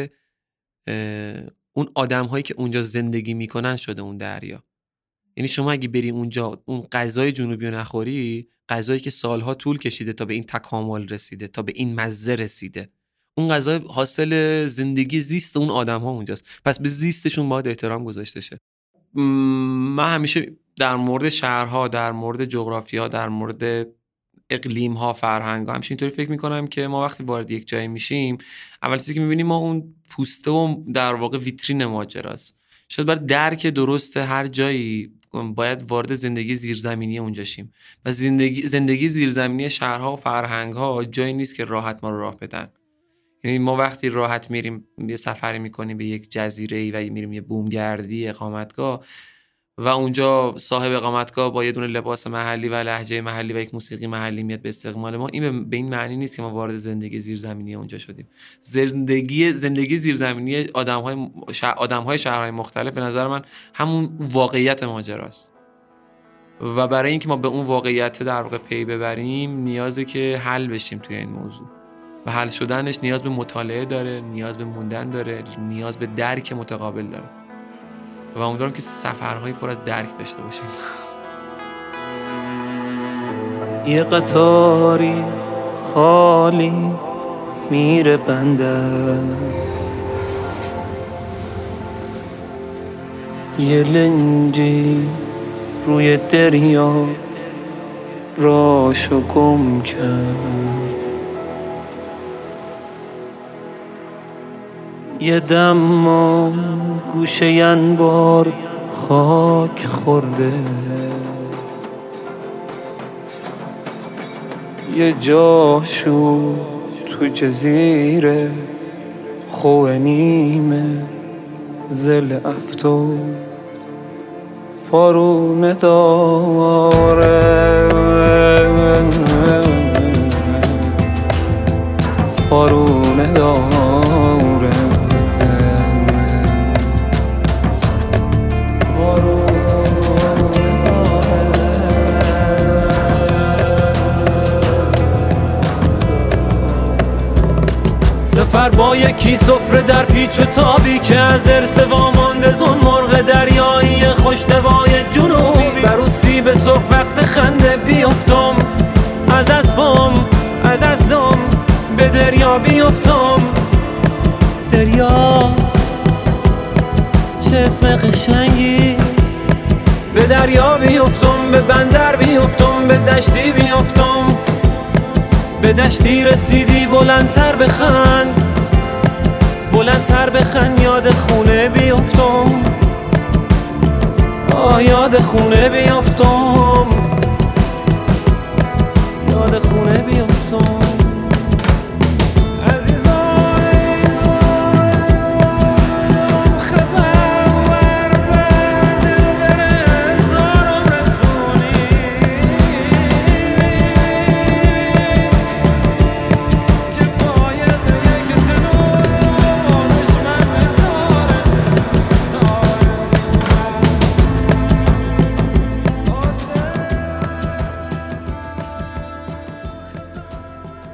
اون آدم‌هایی که اونجا زندگی میکنن شده اون دریا. یعنی شما اگه بری اونجا اون غذای جنوبی رو نخوری، غذایی که سالها طول کشیده تا به این تکامل رسیده، تا به این مزه رسیده، اون غذا حاصل زندگی زیست اون آدم‌ها اونجاست. پس به زیستشون باید احترام گذاشته شه. من همیشه در مورد شهرها، در مورد جغرافیا، در مورد اقلیم ها، فرهنگ ها، همچین طوری فکر میکنم که ما وقتی وارد یک جایی میشیم، اول چیزی که میبینیم ما اون پوسته و در واقع ویترین ماجراست. شاید برای درک درست هر جایی باید وارد زندگی زیرزمینی اونجا شیم و زندگی زندگی زیرزمینی شهرها و فرهنگ ها جایی نیست که راحت ما رو راه بدن. یعنی ما وقتی راحت میریم یه سفری میکنیم به یک جزیره‌ای و میریم یه بومگردی اقامتگاه و اونجا صاحب اقامتگاه با یه دونه لباس محلی و لهجه محلی و یک موسیقی محلی میاد به استقبال ما، این به این معنی نیست که ما وارد زندگی زیرزمینی اونجا شدیم. زندگی زندگی زیرزمینی آدم‌های شهر آدم‌های شهرهای مختلف به نظر من همون واقعیت ماجراست. و برای اینکه ما به اون واقعیت در واقع پی ببریم، نیازه که حل بشیم توی این موضوع. و حل شدنش نیاز به مطالعه داره، نیاز به موندن داره، نیاز به درک متقابل داره. و امیدوارم که سفرهای پر از درک داشته باشیم. یه قطاری خالی میره بندر، یه لنجی روی دریا راشو گم کرد، یه دم گوشه انبار خاک خورده، یه جاشو تو جزیره خوه نیمه زل افتو پارونه داره، پارونه داره. سفر با یکی سفره در پیچ و تابی که از ارث وامانده زون مرغ دریایی خوشنوای جنوبی، بروسی به صبح وقت خنده بیفتم، از اسبم از اصلم به دریا بیفتم. دریا چه اسم قشنگی، به دریا بیفتم، به بندر بیفتم، به دشتی بیفتم، به دشتی رسیدی بلندتر بخند، بلندتر بخند، یاد خونه بیفتم، آه یاد خونه بیفتم، یاد خونه بیفتم.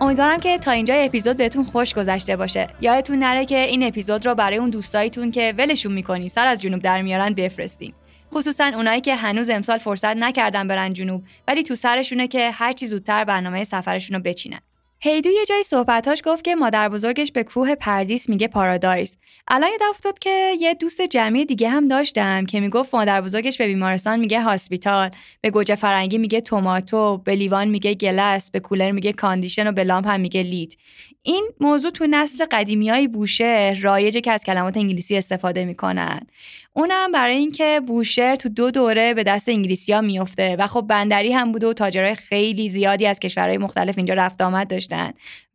امیدوارم که تا اینجا اپیزود بهتون خوش گذشته باشه. یادتون نره که این اپیزود رو برای اون دوستایتون که ولشون میکنی سر از جنوب در میارن بفرستین. خصوصا اونایی که هنوز امسال فرصت نکردن برن جنوب ولی تو سرشونه که هر چی زودتر برنامه سفرشون رو بچینن. هیدو یه جای صحبتاش گفت که مادر بزرگش به کوه پردیس میگه پارادایس. الان یاد افتاد که یه دوست جمعی دیگه هم داشتم که میگفت مادر بزرگش به بیمارستان میگه هاسپیتال، به گوجه فرنگی میگه توماتو، به لیوان میگه گلس، به کولر میگه کاندیشن و به لامپ هم میگه لید. این موضوع تو نسل قدیمیای بوشهر رایجه که از کلمات انگلیسی استفاده میکنن. اونم برای اینکه بوشهر تو دو دوره به دست انگلیسی‌ها میفته و خب بندری هم بوده و تاجرای خیلی زیادی از کشورهای مختلف اینجا رفت آمد داشتن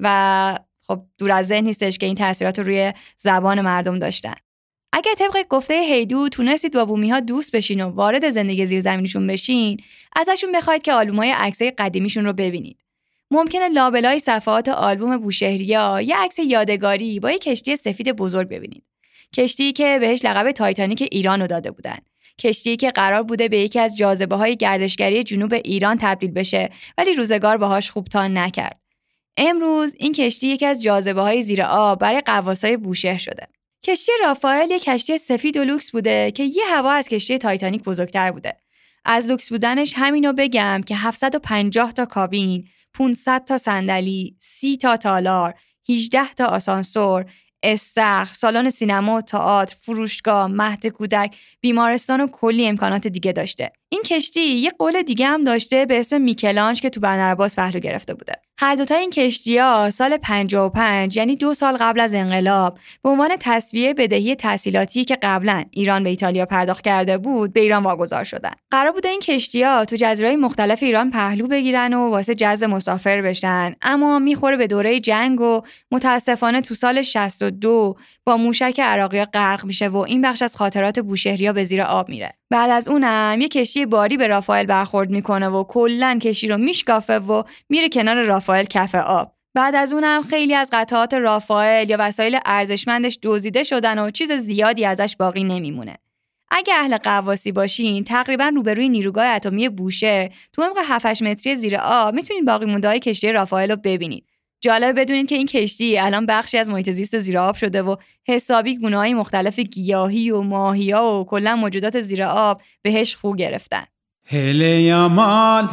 و خب دور از ذهن نیستش که این تاثیرات رو روی زبان مردم داشتن. اگه طبق گفته هیدو تونستید با بومی‌ها دوست بشین و وارد زندگی زیرزمینیشون بشین، ازشون بخواید که آلبوم‌های عکسای قدیمیشون رو ببینید. ممکنه لابلای صفحات آلبوم بوشهریا یه عکس یادگاری با یه کشتی سفید بزرگ ببینید. کشتی که بهش لقب تایتانیک ایران رو داده بودن. کشتی که قرار بوده به یکی از جاذبه‌های گردشگری جنوب ایران تبدیل بشه ولی روزگار باهاش خوب تان نکرد. امروز این کشتی یکی از جاذبه‌های زیر آب برای غواصای بوشهر شده. کشتی رافائل یک کشتی سفید و لوکس بوده که یه هوا از کشتی تایتانیک بزرگتر بوده. از لوکس بودنش همینو بگم که هفتصد و پنجاه تا کابین، پانصد تا صندلی، سی تا تالار، هجده تا آسانسور، استخر، سالن سینما و تئاتر، فروشگاه، مهد کودک، بیمارستان و کلی امکانات دیگه داشته. این کشتی یه قول دیگه هم داشته به اسم میکلانج که تو بندرعباس پهلو گرفته بوده. هر دوتا این کشتی‌ها سال پنجاه و پنج یعنی دو سال قبل از انقلاب به عنوان تسویه بدهی تحصیلاتی که قبلا ایران به ایتالیا پرداخت کرده بود به ایران واگذار شدن. قرار بوده این کشتی‌ها تو جزیره‌های مختلف ایران پهلو بگیرن و واسه جذب مسافر بشن، اما میخوره به دوره جنگ و متاسفانه تو سال شصت و دو با موشک عراقی‌ها غرق میشه و این بخش از خاطرات بوشهریا به زیر آب میره. بعد از اونم یه کشتی باری به رافائل برخورد میکنه و کلاً کشتی رو میشکافه و میره کنار رافائل کف آب. بعد از اونم خیلی از قطعات رافائل یا وسایل ارزشمندش دزدیده شدن و چیز زیادی ازش باقی نمیمونه. اگه اهل غواصی باشین تقریباً روبروی نیروگاه اتمی بوشهر تو عمق هفت هشت متری زیر آب میتونید باقی مونده‌های کشتی رافائل رو ببینید. جالب بدونید که این کشتی الان بخشی از محیط زیست زیر آب شده و حسابی گونه‌های مختلف گیاهی و ماهی‌ها و کلا موجودات زیر آب بهش خو گرفتن. هله یامال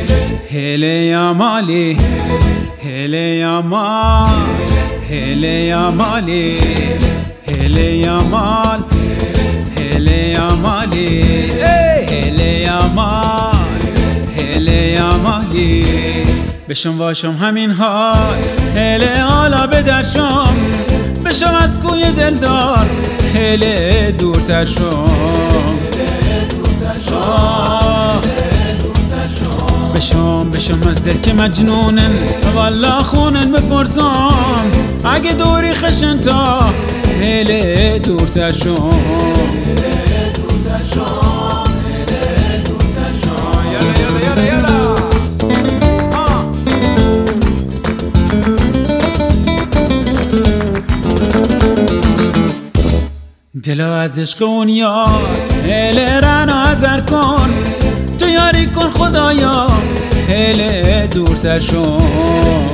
هله یامالی هله یامال هله یامالی هله یامال هله یامالی هله یامال هله یامالی بشم واشم همین های هله حالا بدرشم بشم از کوی دلدار هله دورتر شم بشم بشم از دل که مجنونن والا خونن بپرسم اگه دوری خشن تا هله دورتر شم دلو از عشق اون یار هله رنا ازر کن تو یاری کن خدایا هله دورتر شم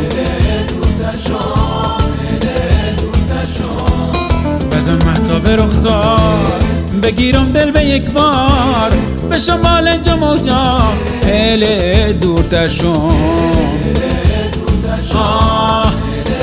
بزن محتاب رخسار بگیرم دل به یک بار به شمال جموجا هله دورتر شم آه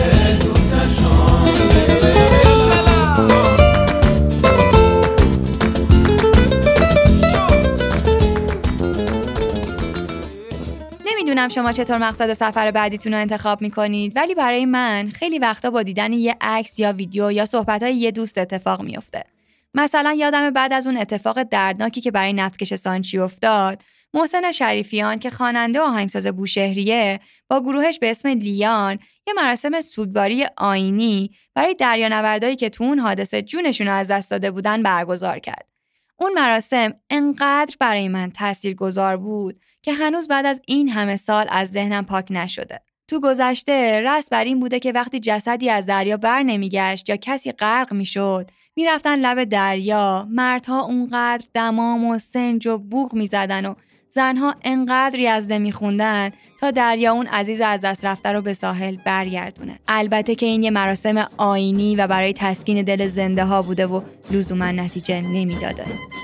نمیدونم شما چطور مقصد سفر بعدیتون رو انتخاب میکنید، ولی برای من خیلی وقتا با دیدن یه عکس یا ویدیو یا صحبت‌های یه دوست اتفاق میفته. مثلا یادم بعد از اون اتفاق دردناکی که برای نفتکش سانچی افتاد، محسن شریفیان که خواننده و آهنگساز بوشهریه با گروهش به اسم لیان یه مراسم سوگواری آیینی برای دریانوردایی که تو اون حادثه جونشون رو از دست داده بودن برگزار کرد. اون مراسم انقدر برای من تاثیرگذار بود که هنوز بعد از این همه سال از ذهنم پاک نشده. تو گذشته رسم بر این بوده که وقتی جسدی از دریا بر نمیگشت یا کسی غرق میشد، میرفتن لب دریا، مردها اونقدر دمام و سنج و بوق میزدن و زنها انقدر یزده میخوندن تا دریا اون عزیز از دست رفته رو به ساحل برگردونه. البته که این یه مراسم آیینی و برای تسکین دل زنده ها بوده و لزوما نتیجه نمیداده.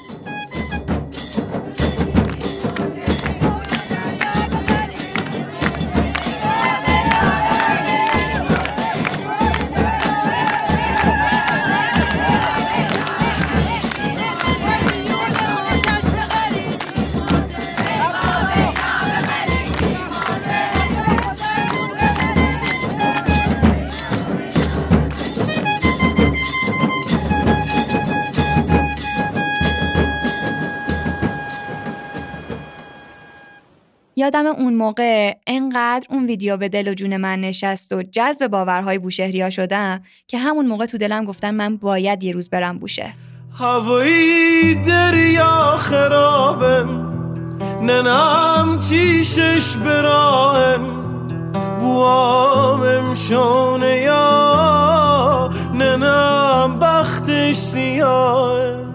یادم اون موقع انقدر اون ویدیو به دل و جون من نشست و جذب باورهای بوشهریا شدم که همون موقع تو دلم گفتم من باید یه روز برم بوشهر. هوایی دریا خرابن ننم چیشش براهن بوام امشونه یا ننم بختش سیاه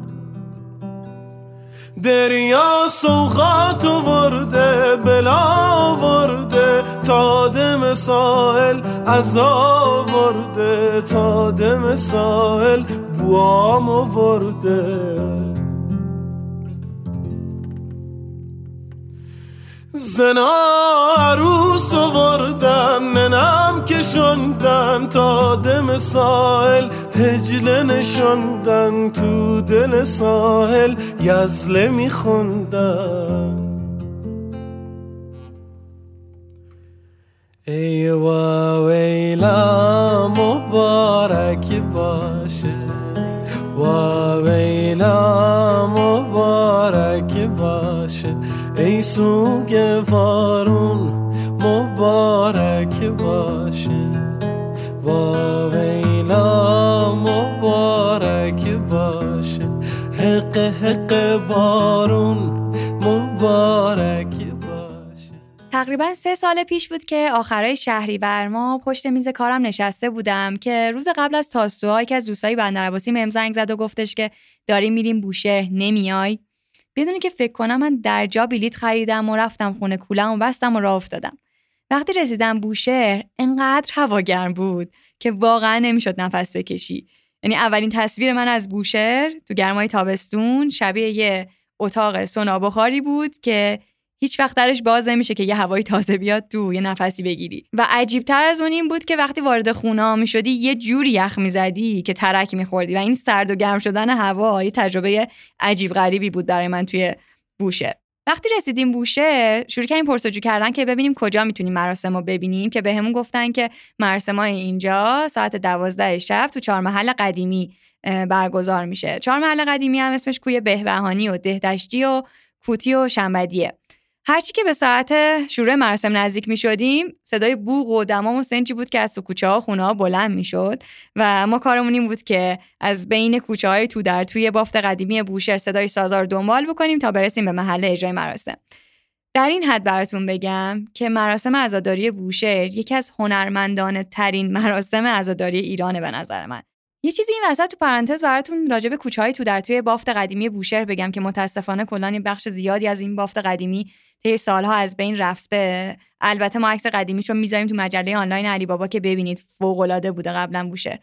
دریا سوغات ورده بلا ورده تا دم ساحل عذاب ورده تا دم ساحل بوام ورده زنا عروس وردن ننم کشندن تا دم ساحل هجله نشندن تو دل ساحل یزله میخوندن ای واویلا مبارک باشه واویلا مبارک باشه ای سوگوارون مبارک باشه واویلا مبارک باشه حق حق بارون مبارک باشه. تقریبا سه سال پیش بود که آخرای شهریور ما پشت میز کارم نشسته بودم که روز قبل از تاسوعا یکی از دوستای بندرعباسی بهم زنگ زد و گفتش که داریم میریم بوشهر نمیای؟ بدونی که فکر کنم من در جا بلیط خریدم و رفتم خونه کولم و بستم و راه افتادم. وقتی رسیدم بوشهر انقدر هوا گرم بود که واقعا نمیشد نفس بکشی. یعنی اولین تصویر من از بوشهر تو گرمای تابستون شبیه یه اتاق سونا بخاری بود که هیچ وقت درش باز نمیشه که یه هوای تازه بیاد تو یه نفسی بگیری. و عجیب‌تر از اون این بود که وقتی وارد خونه ها میشدی یه جوری یخ میزدی که ترک میخوردی و این سرد و گرم شدن هوا یه تجربه عجیب غریبی بود برای من توی بوشهر. وقتی رسیدیم بوشهر شروع کردیم پرسجو کردن که ببینیم کجا میتونیم مراسم رو ببینیم که بهمون گفتن که مراسمای اینجا ساعت دوازده شب تو چهارمحل قدیمی برگزار میشه. چهارمحل قدیمی هم اسمش کوی بهبهانی و دهدشتی و کوتی و شنبدیه. هرچی که به ساعت شروع مراسم نزدیک می شدیم صدای بوق و دمام و سنجی بود که از تو کوچه ها خونه ها بلند می شد و ما کارمون این بود که از بین کوچه های تو در توی بافت قدیمی بوشهر صدای سازا رو دنبال بکنیم تا برسیم به محل اجرای مراسم. در این حد براتون بگم که مراسم عزاداری بوشهر یکی از هنرمندانه ترین مراسم عزاداری ایرانه به نظر من. یه چیزی این وسط تو پرانتز براتون راجع به کوچه‌های تو در توی بافت قدیمی بوشهر بگم که متاسفانه کلاً یه بخش زیادی از این بافت قدیمی طی سالها از بین رفته. البته ما عکس قدیمیشو میذاریم تو مجله آنلاین علی بابا که ببینید، فوق‌العاده بوده قبلا بوشهر.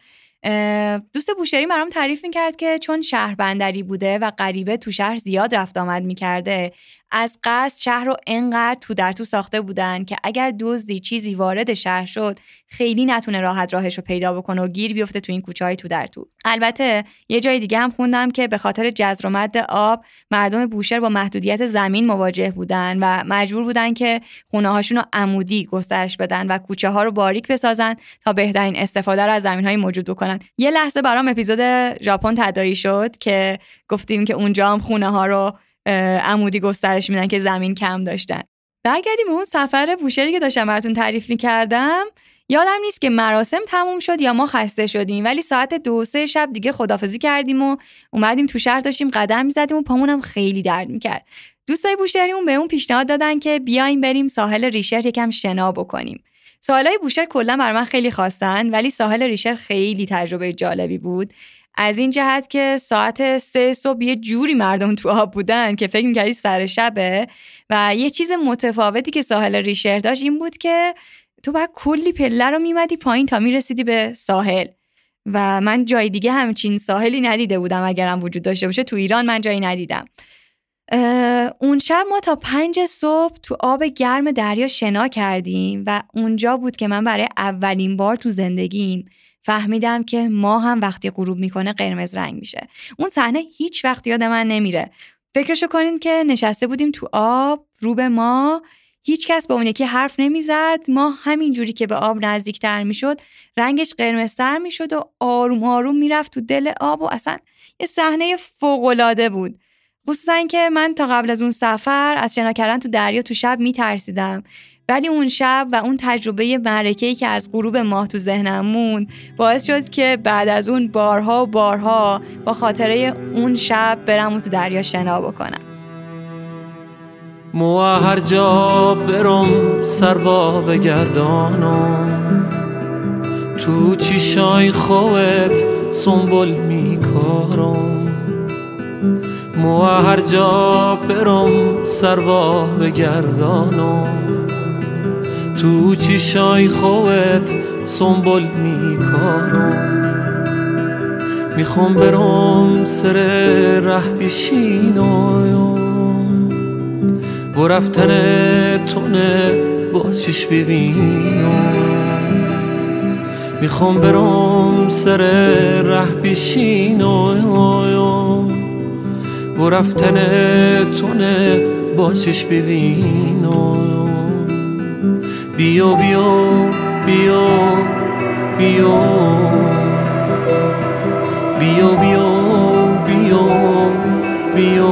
دوست بوشهری برام تعریف میکرد که چون شهر بندری بوده و غریبه تو شهر زیاد رفت آمد میکرده، از قصد شهر رو انقدر تو در تو ساخته بودن که اگر دزدی چیزی وارد شهر شد خیلی نتونه راحت راهش رو پیدا بکنه و گیر بیفته تو این کوچه‌های تو در تو. البته یه جای دیگه هم خوندم که به خاطر جذر و مد آب مردم بوشهر با محدودیت زمین مواجه بودن و مجبور بودن که خونه‌هاشون رو عمودی گسترش بدن و کوچه‌ها رو باریک بسازن تا بهترین استفاده رو از زمین‌های موجود بکنن. یه لحظه برام اپیزود ژاپن تداعی شد که گفتیم که اونجا هم خونه‌ها رو عمودی گسترش میدن که زمین کم داشتن. برگردیم به اون سفر بوشهری که داشتم براتون تعریف میکردم. یادم نیست که مراسم تموم شد یا ما خسته شدیم، ولی ساعت دو سه شب دیگه خداحافظی کردیم و اومدیم تو شهر، داشتیم قدم میزدیم و پامونم خیلی درد میکرد. دوستای بوشهریمون به اون پیشنهاد دادن که بیایم بریم ساحل ریشهر یکم شنا بکنیم. ساحلای بوشهر کلا برای من خیلی خواستن، ولی ساحل ریشهر خیلی تجربه جالبی بود. از این جهت که ساعت سه صبح یه جوری مردم تو آب بودن که فکر می‌کردی سر شبه. و یه چیز متفاوتی که ساحل ریشهر داشت این بود که تو باید کلی پله رو میمدی پایین تا میرسیدی به ساحل و من جای دیگه همچین ساحلی ندیده بودم. اگرم وجود داشته باشه تو ایران من جایی ندیدم. اون شب ما تا پنج صبح تو آب گرم دریا شنا کردیم و اونجا بود که من برای اولین بار تو زندگیم فهمیدم که ماه هم وقتی غروب میکنه قرمز رنگ میشه. اون صحنه هیچ وقت یاد من نمیره. فکرشو کنین که نشسته بودیم تو آب رو به ما، هیچ کس با اون یکی حرف نمیزد، ما همین جوری که به آب نزدیکتر میشد رنگش قرمزتر میشد و آروم آروم میرفت تو دل آب و اصلا یه صحنه فوق‌العاده بود. خصوصا که من تا قبل از اون سفر از شنا کردن تو دریا تو شب میترسیدم، ولی اون شب و اون تجربه معرکه‌ای که از غروب ماه تو ذهنم موند باعث شد که بعد از اون بارها و بارها با خاطره اون شب برم و تو دریا شنا بکنم. مو هر جا برم سروا بگردانم، تو چیشای خوت سنبول میکارم. مو هر جا برم سروا بگردانم، تو چیشای خوت سنبول میکارم. میخوام برم سر ره بشینم و رفتن تونه با چشم ببینم. میخوام برم سر ره بشینم و رفتن تونه با چشم ببینم. بیو بیو بیو بیو بیو بیو بیو بیو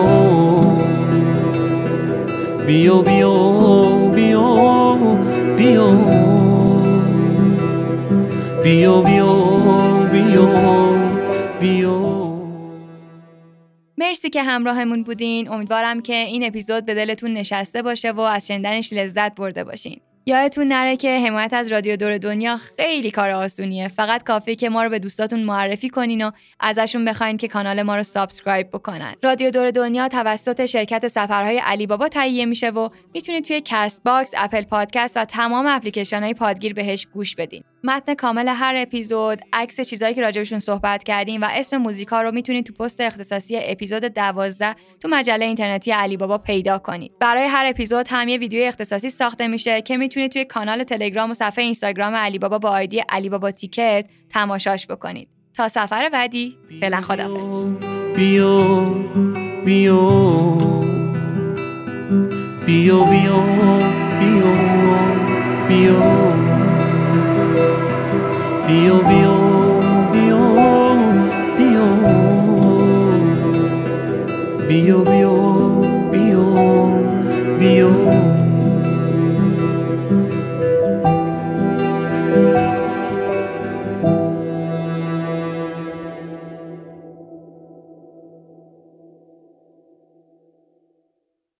بیو بیو بیو بیو بیو بیو بیو. مرسی که همراهمون بودین. امیدوارم که این اپیزود به دلتون نشسته باشه و از شنیدنش لذت برده باشین. یادتون نره که حمایت از رادیو دور دنیا خیلی کار آسونیه. فقط کافیه که ما رو به دوستاتون معرفی کنین و ازشون بخواین که کانال ما رو سابسکرایب بکنن. رادیو دور دنیا توسط شرکت سفرهای علی بابا تهیه میشه و میتونید توی کست باکس، اپل پادکست و تمام اپلیکیشن‌های پادگیر بهش گوش بدین. متن کامل هر اپیزود، عکس چیزایی که راجبشون صحبت کردیم و اسم موزیکا رو میتونید تو پست اختصاصی اپیزود دوازده تو مجله اینترنتی علی بابا پیدا کنید. برای هر اپیزود هم یه ویدیو اختصاصی ساخته میشه که میتونید توی کانال تلگرام و صفحه اینستاگرام علی بابا با آیدی علی بابا تیکت تماشاش بکنید. تا سفر بعدی، فعلا خداحافظ. بیو بیو بیو بیو بیو بیو بیو بیو